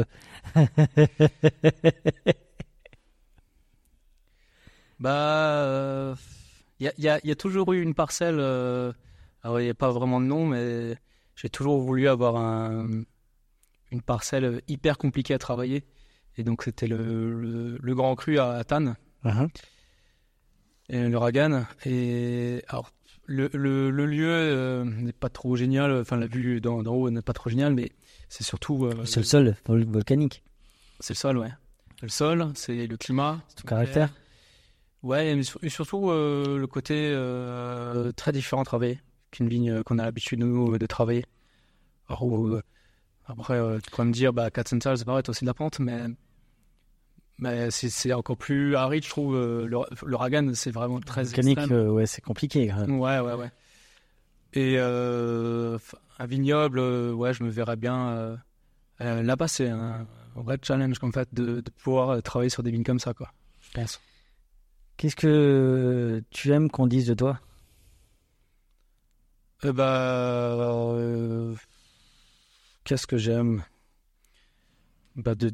Il y a toujours eu une parcelle... alors, il n'y a pas vraiment de nom, mais j'ai toujours voulu avoir une parcelle hyper compliquée à travailler. Et donc, c'était le Grand Cru à Thann. Uh-huh. Et le Ragan. Et alors, le lieu n'est pas trop génial. Enfin, la vue d'en haut n'est pas trop géniale, mais c'est surtout... c'est le sol volcanique. C'est le sol, ouais. Le sol, c'est le climat. C'est ton caractère. Ouais, et surtout le côté très différent à travailler qu'une vigne qu'on a l'habitude, nous, de travailler. Alors, après, tu peux me dire, Katzenthal, c'est pareil, c'est aussi de la pente, mais c'est encore plus aride, je trouve. Le Ragan, c'est vraiment très volcanique, extrême. c'est compliqué. Ouais. Et un vignoble, je me verrais bien. Là-bas, c'est un vrai challenge, en fait, de pouvoir travailler sur des vignes comme ça, quoi, je pense. Qu'est-ce que tu aimes qu'on dise de toi? Qu'est-ce que j'aime? De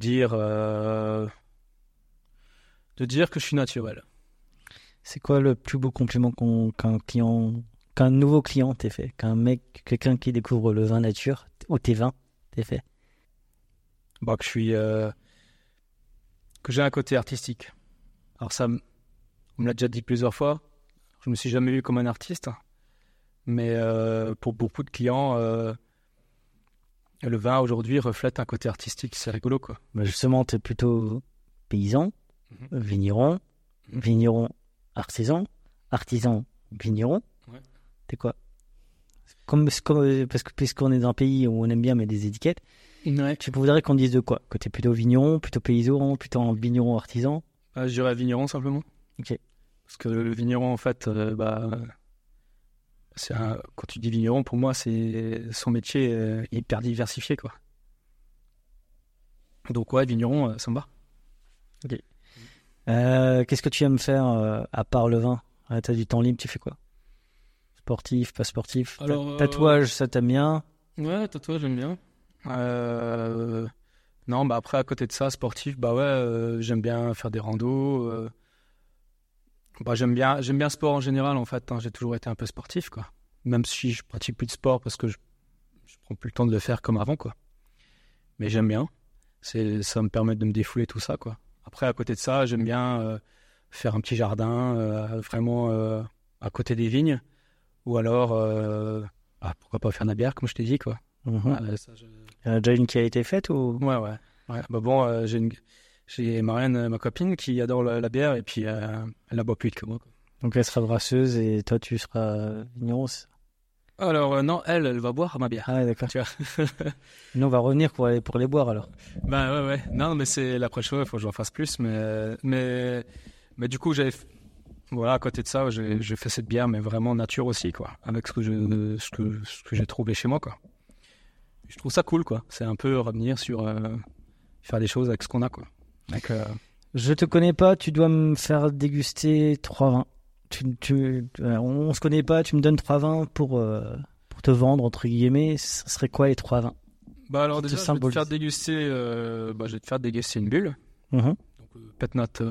dire que je suis naturel. C'est quoi le plus beau compliment qu'un nouveau client t'ait fait? Quelqu'un qui découvre le vin nature ou tes vins t'ait fait? Que j'ai un côté artistique. Alors ça, on me l'a déjà dit plusieurs fois. Je me suis jamais vu comme un artiste, mais pour beaucoup de clients, le vin aujourd'hui reflète un côté artistique. C'est rigolo, quoi. Justement, t'es plutôt paysan, vigneron, vigneron artisan, vigneron. Ouais. T'es quoi? Parce que puisqu'on est dans un pays où on aime bien mettre des étiquettes, ouais. Tu voudrais qu'on dise de quoi? Que t'es plutôt vigneron, plutôt paysan, plutôt un vigneron artisan? Je dirais vigneron simplement. Ok. Parce que le vigneron, en fait, quand tu dis vigneron, pour moi, c'est son métier hyper diversifié, quoi. Donc ouais, vigneron, ça me va. Ok. Qu'est-ce que tu aimes faire à part le vin? T'as du temps libre, tu fais quoi? Sportif, pas sportif? Alors, tatouage, ça t'aime bien? Ouais, tatouage, j'aime bien. Non, après, à côté de ça, sportif, j'aime bien faire des randos. J'aime bien le sport en général, en fait. J'ai toujours été un peu sportif, quoi. Même si je pratique plus de sport parce que je prends plus le temps de le faire comme avant, quoi. Mais j'aime bien. Ça me permet de me défouler, tout ça, quoi. Après, à côté de ça, j'aime bien faire un petit jardin, vraiment à côté des vignes. Ou alors, pourquoi pas faire de la bière, comme je t'ai dit, quoi. Il y en a déjà une qui a été faite ou... Ouais. J'ai Marianne, ma copine, qui adore la bière et puis elle la boit plus vite que moi, quoi. Donc elle sera brasseuse et toi tu seras vigneron. Alors non, elle va boire ma bière. Ah ouais, d'accord. Tu vois. Nous on va revenir pour les boire alors. Ben ouais. Non, mais c'est la prochaine fois, il faut que j'en fasse plus. Mais du coup, voilà, à côté de ça, j'ai fait cette bière, mais vraiment nature aussi, quoi. Avec ce que j'ai trouvé chez moi, quoi. Je trouve ça cool, quoi. C'est un peu revenir sur faire des choses avec ce qu'on a, quoi. Je te connais pas, tu dois me faire déguster 3 vins. On se connaît pas, tu me donnes 3 vins pour te vendre, entre guillemets. Ce serait quoi les 3 vins? Bah alors déjà, je vais te faire déguster une bulle. Donc, Pet Note.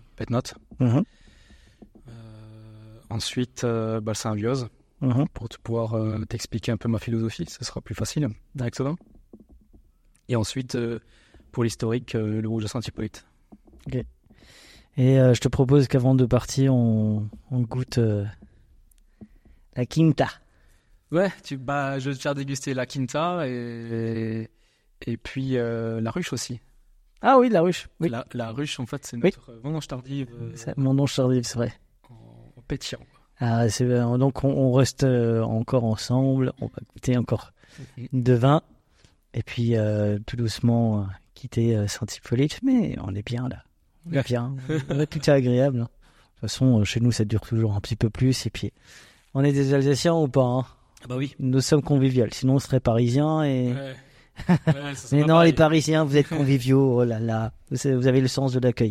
Ensuite, le Symbiose. Pour pouvoir t'expliquer un peu ma philosophie, ce sera plus facile avec ce vin. Et ensuite, pour l'historique, le rouge de Saint-Hippolyte. Ok. Et je te propose qu'avant de partir, on goûte la Quinta. Ouais, je vais te faire déguster la Quinta et puis la ruche aussi. Ah oui, la ruche. Oui. La ruche, en fait, c'est notre vendange tardive. Vendange tardive, c'est vrai. En pétillant. Ah, donc on reste encore ensemble, on va goûter encore 2 vins et puis tout doucement quitter Saint-Hippolyte, mais on est bien là. On est bien, tout est agréable. Hein. De toute façon, chez nous, ça dure toujours un petit peu plus. Et puis, on est des Alsaciens ou pas hein? Ah bah oui. Nous sommes conviviaux. Sinon, on serait parisiens. Et... Ouais. Mais non, pareil. Les Parisiens, vous êtes conviviaux. Oh là là, vous avez le sens de l'accueil.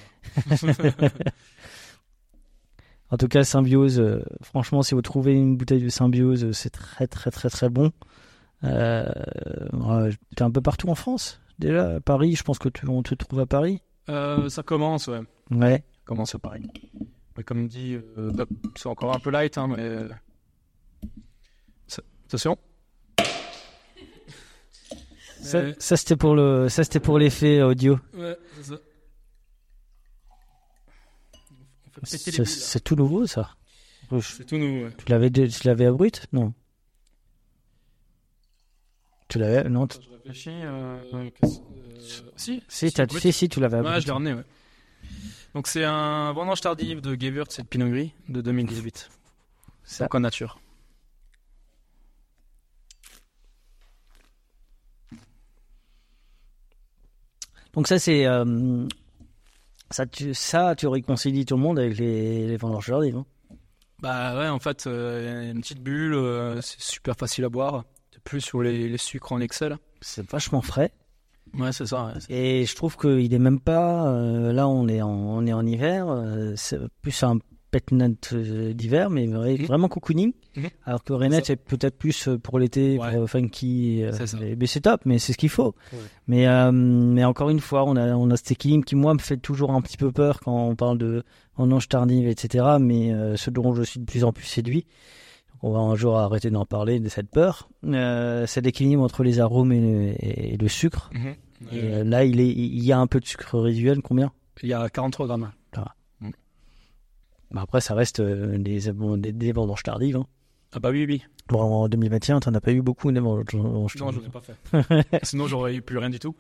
En tout cas, Symbiose, franchement, si vous trouvez une bouteille de Symbiose, c'est très, très, très, très bon. T'es un peu partout en France. Déjà, à Paris, je pense on te trouve à Paris. Ça commence, ouais. Ouais. Ça commence à Paris. Mais comme dit, c'est encore un peu light, hein, mais... Attention. Ça c'était pour l'effet audio. Ouais, c'est ça. C'est tout nouveau, ça. C'est tout nouveau, ouais. Tu l'avais à brut? Non. Tu l'avais... Non. Je réfléchis... Si, tu l'avais à brut. Ouais, je l'ai ramené, ouais. Donc c'est un vendange tardive de Gewürz et de Pinot Gris de 2018. Ça. Donc en nature. Donc ça c'est... tu réconcilies tout le monde avec les vendanges tardives. Hein. Bah ouais, en fait, y a une petite bulle, c'est super facile à boire. C'est plus sur les sucres en excès, là. C'est vachement frais. Ouais, c'est ça. Ouais. Et je trouve qu'il est même pas... là, on est en hiver. C'est plus un pet note d'hiver, mais vraiment cocooning. Alors que Renette, c'est peut-être plus pour l'été, pour funky. Mais c'est top, mais c'est ce qu'il faut. Ouais. Mais encore une fois, on a cet équilibre qui, moi, me fait toujours un petit peu peur quand on parle de vendange tardive, etc. Mais ce dont je suis de plus en plus séduit. On va un jour arrêter d'en parler, de cette peur. C'est l'équilibre entre les arômes et le sucre. Et là, il y a un peu de sucre résiduel. Combien? Il y a 43 grammes. Voilà. Bah après, ça reste des vendanges tardives. Hein. Ah bah oui. Bon, en 2021, t'en as pas eu beaucoup des vendanges tardives. Non, j'en ai pas fait. Sinon, j'aurais eu plus rien du tout.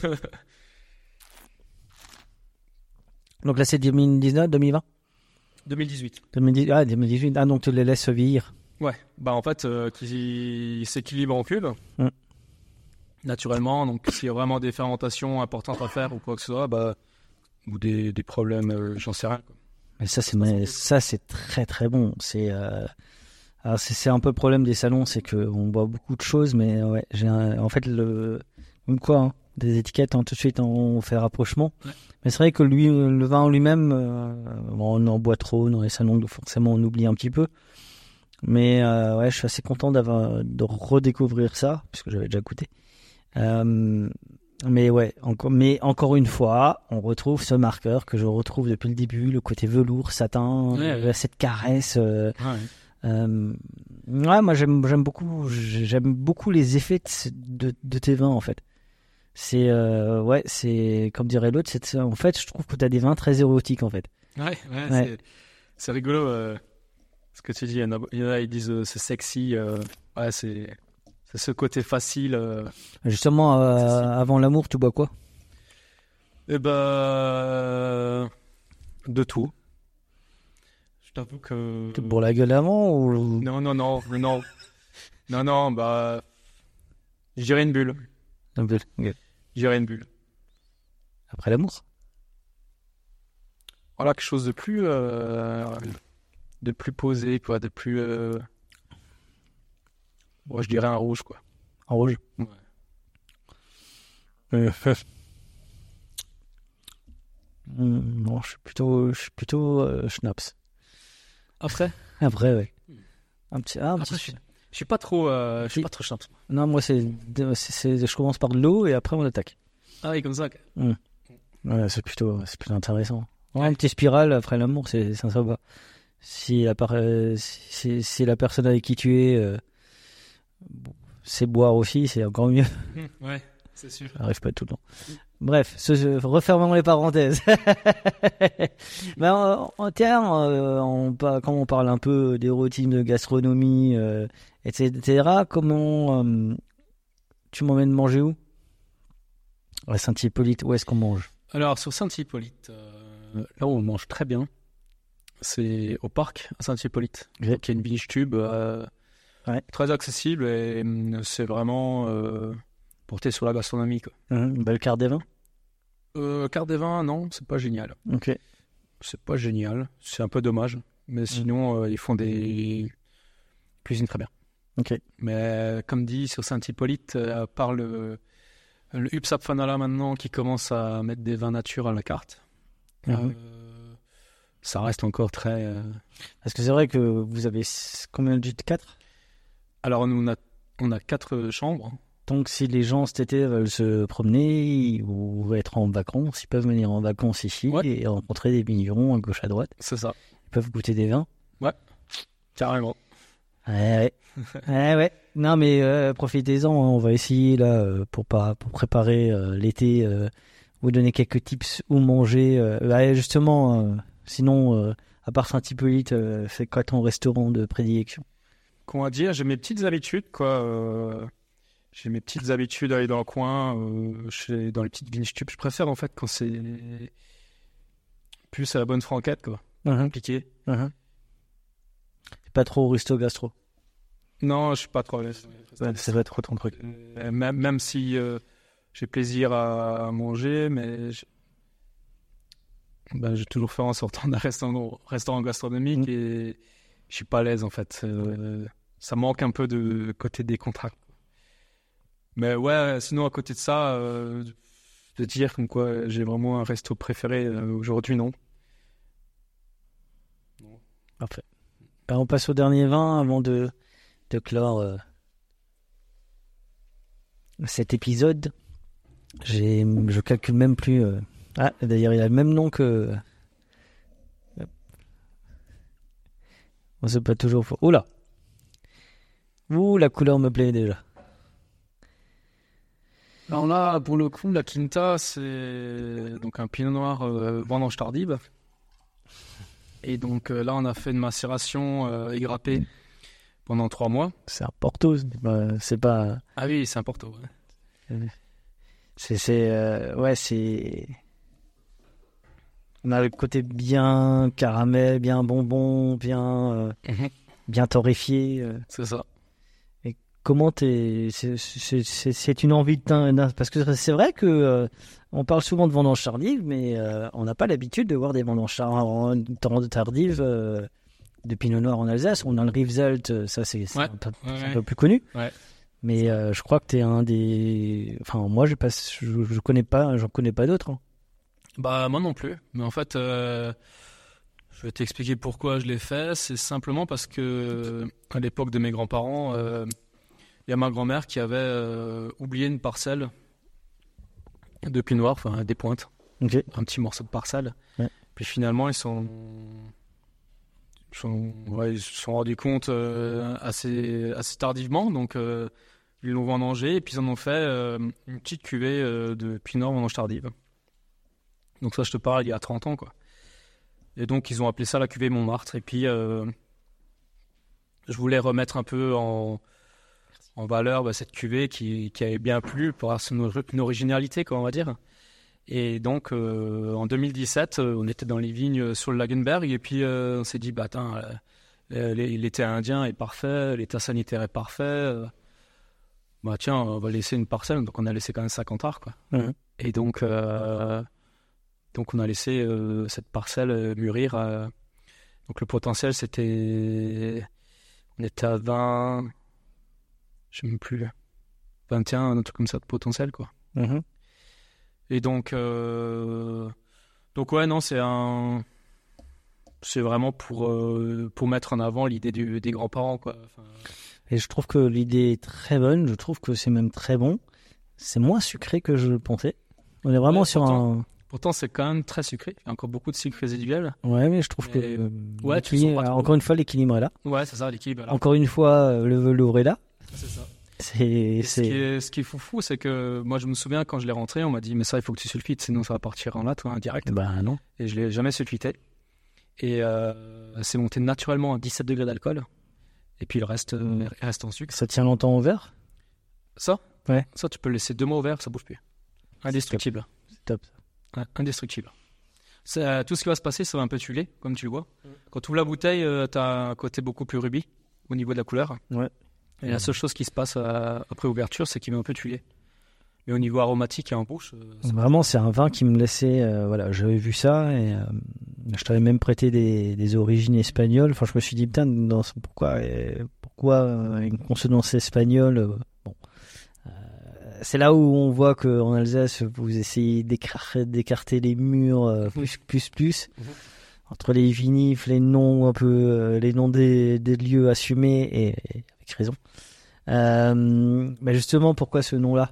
Donc là, c'est 2019, 2020 2018. 2018. Ah, donc tu les laisses vieillir. Ouais, bah en fait, qui s'équilibre en cube, naturellement. Donc, s'il y a vraiment des fermentations importantes à faire ou quoi que ce soit, ou des problèmes, j'en sais rien. Quoi. Mais ça, c'est très très bon. C'est un peu le problème des salons, c'est qu'on boit beaucoup de choses, mais ouais, en fait, comme quoi, hein, des étiquettes, tout de suite, on fait rapprochement. Ouais. Mais c'est vrai que le vin en lui-même, on en boit trop dans les salons, donc forcément, on oublie un petit peu. Mais ouais, je suis assez content de redécouvrir ça, puisque j'avais déjà goûté. Mais ouais, encore une fois, on retrouve ce marqueur que je retrouve depuis le début, le côté velours, satin, cette caresse. Ouais, moi j'aime beaucoup les effets de tes vins en fait. C'est comme dirait l'autre, en fait, je trouve que tu as des vins très érotiques en fait. Ouais. C'est rigolo ce que tu dis. Il y en a ils disent c'est sexy. Ouais, c'est ce côté facile. Justement, avant l'amour, tu bois quoi? Eh ben, de tout. t'avoue que... Tu te bourres la gueule avant ou... Non, bah... Je dirais une bulle. Ok. Je dirais une bulle. Après l'amour. Voilà, quelque chose de plus posé, quoi, de plus... Moi, je dirais un rouge, quoi. En rouge. Ouais. Non, je suis plutôt schnapps. Après, ouais. Un petit. Après, je suis pas trop schnapps. Non, moi je commence par de l'eau et après on attaque. Ah oui, comme ça. Ouais, c'est plutôt intéressant. Ouais. Un petit spirale après l'amour, c'est sympa. Si la personne avec qui tu es sait boire aussi, c'est encore mieux. Ouais, c'est sûr. Ça arrive pas tout le temps. Bref, refermons les parenthèses. Quand on parle un peu d'érotisme, de gastronomie, etc., comment tu m'emmènes manger où? À Saint-Hippolyte, où est-ce qu'on mange? Alors, sur Saint-Hippolyte, là où on mange très bien, c'est au parc à Saint-Hippolyte. Okay. Donc, il y a une Vinge Tube très accessible et c'est vraiment porté sur la gastronomie, quoi. Une belle carte des vins? Carte des vins, non, c'est pas génial. Ok. C'est pas génial, c'est un peu dommage. Mais sinon, ils font des cuisines très bien. Ok. Mais comme dit, sur Saint-Hippolyte, à part le UPSAP Fanala maintenant qui commence à mettre des vins nature à la carte, ça reste encore très... Parce que c'est vrai que vous avez combien de gîtes? 4? Alors, nous, on a 4 chambres. Donc, si les gens cet été veulent se promener ou être en vacances, ils peuvent venir en vacances ici et rencontrer des vignerons à gauche à droite. C'est ça. Ils peuvent goûter des vins. Ouais, carrément. Ouais. Ouais. Non, mais profitez-en. On va essayer là pour préparer l'été. Vous donner quelques tips où manger. Justement, sinon, à part Saint-Hippolyte, c'est quoi ton restaurant de prédilection? Comment dire, j'ai mes petites habitudes, quoi. J'ai mes petites habitudes à aller dans le coin, dans les petites Vinge Tubes. Je préfère en fait quand c'est plus à la bonne franquette, quoi. Compliqué. C'est pas trop resto gastro? Non, je suis pas trop. C'est pas trop ton truc. Même si j'ai plaisir à manger, mais j'ai toujours fait en sortant d'un restaurant gastronomique et je suis pas à l'aise en fait. Ça manque un peu de côté décontracté. Mais ouais, sinon à côté de ça, de dire comme quoi j'ai vraiment un resto préféré aujourd'hui, non. Parfait. On passe au dernier vin avant de clore cet épisode. Je calcule même plus. D'ailleurs, il a le même nom que. On sait pas toujours. Oula. La couleur me plaît déjà. Alors là, pour le coup, la Quinta, c'est donc un pinot noir vendange tardive. Et donc là, on a fait une macération égrappée pendant 3 mois. C'est un Porto, c'est pas... Ah oui, c'est un Porto. Ouais. C'est... On a le côté bien caramel, bien bonbon, bien torréfié. C'est ça. Comment c'est une envie de parce que c'est vrai que on parle souvent de vendange tardive, mais on n'a pas l'habitude de voir des vendanges tardives de pinot noir en Alsace. On a le Rivesaltes, ça c'est un peu plus connu. Ouais. Mais je crois que t'es un des. Enfin, moi je connais pas, j'en connais pas d'autres. Hein. Bah moi non plus. Mais en fait, je vais t'expliquer pourquoi je l'ai fait. C'est simplement parce que à l'époque de mes grands-parents. Il y a ma grand-mère qui avait oublié une parcelle de pinot noir, enfin des pointes, un petit morceau de parcelle. Ouais. Puis finalement, ils se sont rendus compte assez tardivement, donc ils l'ont vendangé et puis ils en ont fait une petite cuvée de pinot noir vendange tardive. Donc ça, je te parle il y a 30 ans, quoi. Et donc ils ont appelé ça la cuvée Montmartre. Et puis je voulais remettre un peu en valeur cette cuvée qui avait bien plu pour avoir son originalité, quoi, on va dire. Et donc, en 2017, on était dans les vignes sur le Lagenberg, et puis on s'est dit, l'été indien est parfait, l'état sanitaire est parfait. Tiens, on va laisser une parcelle. Donc, on a laissé quand même 50 arts, quoi. Mmh. Et donc, on a laissé cette parcelle mûrir. Donc, le potentiel, on était à 20, je ne sais même plus, 21, un truc comme ça de potentiel, quoi. Mmh. Et donc ouais, non, c'est vraiment pour mettre en avant l'idée des grands-parents, quoi. Et je trouve que l'idée est très bonne, je trouve que c'est même très bon. C'est moins sucré que je le pensais. On est vraiment sur Pourtant, c'est quand même très sucré. Il y a encore beaucoup de sucre résiduel. Ouais, mais je trouve que encore une fois, l'équilibre est là. Ouais, c'est ça, l'équilibre est là. Encore une fois, le velours est là. C'est ça. Ce qui est fou, c'est que moi, je me souviens quand je l'ai rentré, on m'a dit, mais ça, il faut que tu sulfites, sinon ça va partir en latte, direct. Bah non. Et je l'ai jamais sulfité. Et c'est monté naturellement à 17 degrés d'alcool. Et puis le reste reste en sucre. Ça tient longtemps au verre? Ça? Ouais. Ça, tu peux le laisser 2 mois au verre, ça bouge plus. Indestructible. C'est top. Ouais, indestructible. Tout ce qui va se passer, ça va un peu tuer, comme tu le vois. Quand tu ouvres la bouteille, tu as un côté beaucoup plus rubis au niveau de la couleur. Ouais. Et la seule chose qui se passe après ouverture, c'est qu'il met un peu tuilé. Mais au niveau aromatique et en bouche... Vraiment, c'est un vin qui me laissait... voilà, j'avais vu ça et je t'avais même prêté des origines espagnoles. Enfin, je me suis dit, putain, pourquoi une consonance espagnole bon. C'est là où on voit qu'en Alsace, vous essayez d'écarter les murs plus. Entre les vinifs, les noms un peu, les noms des lieux assumés et avec raison. Mais justement, pourquoi ce nom-là?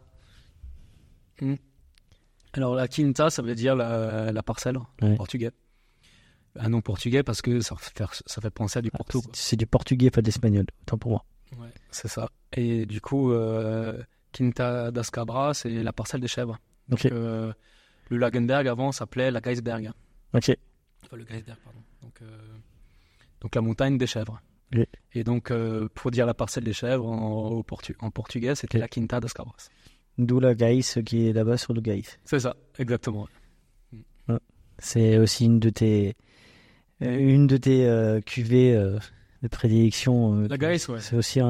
Alors la quinta, ça veut dire la parcelle en portugais. Un nom portugais parce que ça fait penser à du Porto. C'est du portugais, pas de l'espagnol, autant pour moi. Ouais, c'est ça. Et du coup, Quinta das Cabras, c'est la parcelle des chèvres. Okay. Donc, le Lagenberg avant s'appelait la Geisberg. Ok. Enfin, le Geisberg, pardon. Donc la montagne des chèvres. Okay. Et donc, pour dire la parcelle des chèvres en portugais, c'était la Quinta das Cabras. D'où la Geiss qui est là-bas sur le Geiss. C'est ça, exactement. Ouais. C'est aussi une de tes cuvées de prédilection. La Geiss, ouais. C'est aussi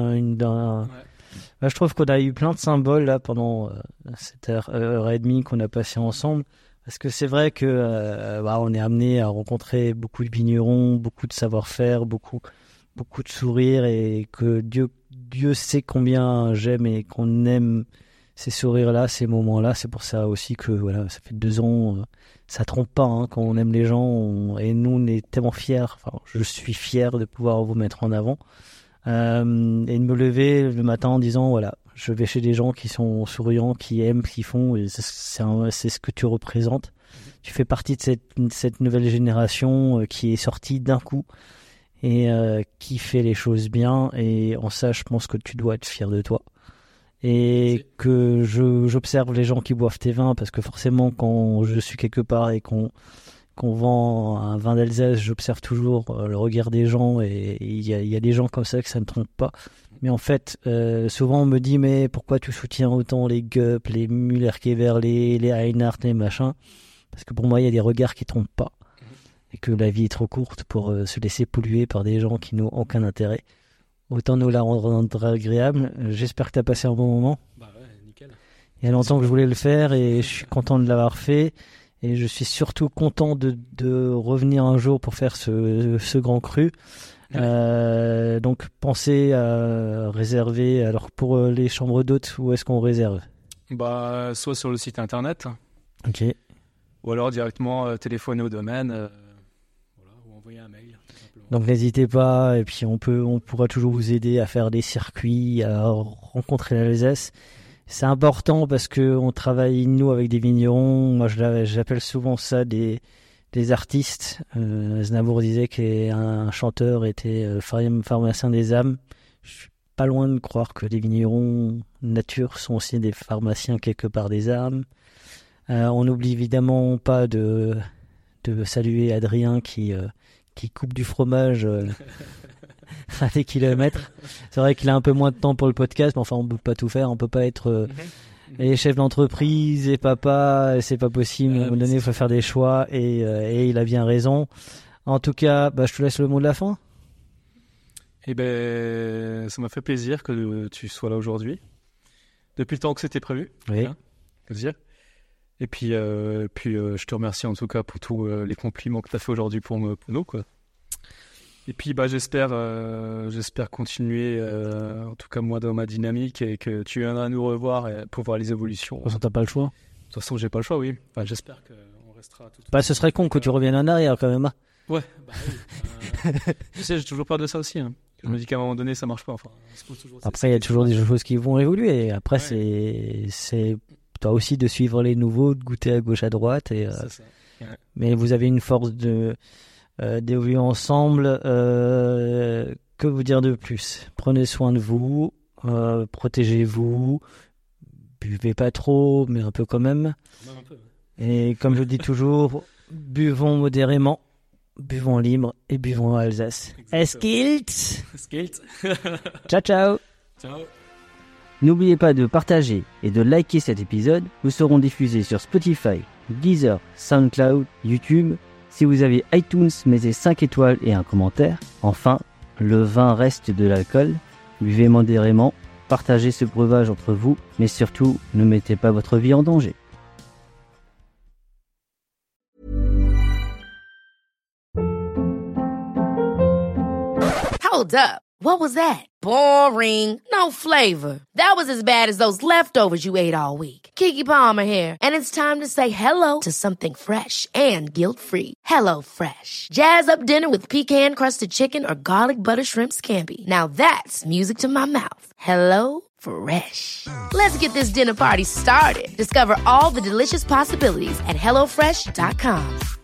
je trouve qu'on a eu plein de symboles là pendant cette heure et demie qu'on a passé ensemble. Parce que c'est vrai que on est amené à rencontrer beaucoup de vignerons, beaucoup de savoir-faire, beaucoup de sourires, et que Dieu sait combien j'aime et qu'on aime ces sourires-là, ces moments-là. C'est pour ça aussi que voilà, ça fait 2 ans, ça trompe pas quand on aime les gens. Et nous, on est tellement fiers. Enfin, je suis fier de pouvoir vous mettre en avant et de me lever le matin en disant voilà, je vais chez des gens qui sont souriants, qui aiment, qui font. Et c'est ce que tu représentes. Tu fais partie de cette nouvelle génération qui est sortie d'un coup et qui fait les choses bien. Et en ça, je pense que tu dois être fier de toi. Et que j'observe les gens qui boivent tes vins, parce que forcément, quand je suis quelque part et qu'on vend un vin d'Alsace, j'observe toujours le regard des gens, et il y a des gens comme ça que ça ne trompe pas. Mais en fait, souvent on me dit, mais pourquoi tu soutiens autant les Gup, les Müller-Kever, les Einhardt, les machins? Parce que pour moi, il y a des regards qui trompent pas. Et que la vie est trop courte pour se laisser polluer par des gens qui n'ont aucun intérêt. Autant nous la rendre agréable. J'espère que tu as passé un bon moment. Bah ouais, nickel. Il y a longtemps que je voulais le faire et je suis content de l'avoir fait. Et je suis surtout content de revenir un jour pour faire ce grand cru. Donc pensez à réserver. Alors pour les chambres d'hôtes, où est-ce qu'on réserve? Soit sur le site internet. Ok. Ou alors directement téléphoner au domaine. Ou envoyer un mail. Donc n'hésitez pas, et puis on pourra toujours vous aider à faire des circuits, à rencontrer l'Alsace. C'est important parce que on travaille nous avec des vignerons. Moi j'appelle souvent ça des artistes. Aznavour disait qu'un chanteur était pharmacien des âmes. Je suis pas loin de croire que les vignerons nature sont aussi des pharmaciens quelque part des âmes. On n'oublie évidemment pas de saluer Adrien qui coupe du fromage à des kilomètres. C'est vrai qu'il a un peu moins de temps pour le podcast, mais enfin on peut pas tout faire, on peut pas être Et chef d'entreprise et papa, c'est pas possible. À un moment donné, il faut faire des choix et il a bien raison. En tout cas, je te laisse le mot de la fin. Ça m'a fait plaisir que tu sois là aujourd'hui. Depuis le temps que c'était prévu. Oui. Faut dire. Et puis, je te remercie en tout cas pour tous les compliments que tu as fait aujourd'hui pour nous, quoi. Et puis, j'espère continuer, en tout cas moi, dans ma dynamique et que tu viendras nous revoir pour voir les évolutions. De toute façon, t'as pas le choix. De toute façon, j'ai pas le choix, oui. Enfin, j'espère qu'on restera tout le temps. Ce serait con que tu reviennes en arrière quand même. Ouais, oui. Tu sais, j'ai toujours peur de ça aussi. Hein. Je me dis qu'à un moment donné, ça marche pas. Enfin, après, il y a toujours des choses qui vont évoluer. Après, c'est toi aussi de suivre les nouveaux, de goûter à gauche, à droite. C'est ça. Ouais. Mais vous avez une force d'évoluer ensemble. Que vous dire de plus ? Prenez soin de vous, protégez-vous, buvez pas trop, mais un peu quand même. Un peu. Et comme je dis toujours, buvons modérément. Buvons libre et buvons Alsace. Eskilt. Ciao, ciao. Ciao. N'oubliez pas de partager et de liker cet épisode. Nous serons diffusés sur Spotify, Deezer, SoundCloud, YouTube. Si vous avez iTunes, mettez 5 étoiles et un commentaire. Enfin, le vin reste de l'alcool. Buvez modérément, partagez ce breuvage entre vous, mais surtout, ne mettez pas votre vie en danger. Hold up. What was that? Boring. No flavor. That was as bad as those leftovers you ate all week. Keke Palmer here, and it's time to say hello to something fresh and guilt-free. Hello Fresh. Jazz up dinner with pecan-crusted chicken or garlic butter shrimp scampi. Now that's music to my mouth. Hello Fresh. Let's get this dinner party started. Discover all the delicious possibilities at HelloFresh.com.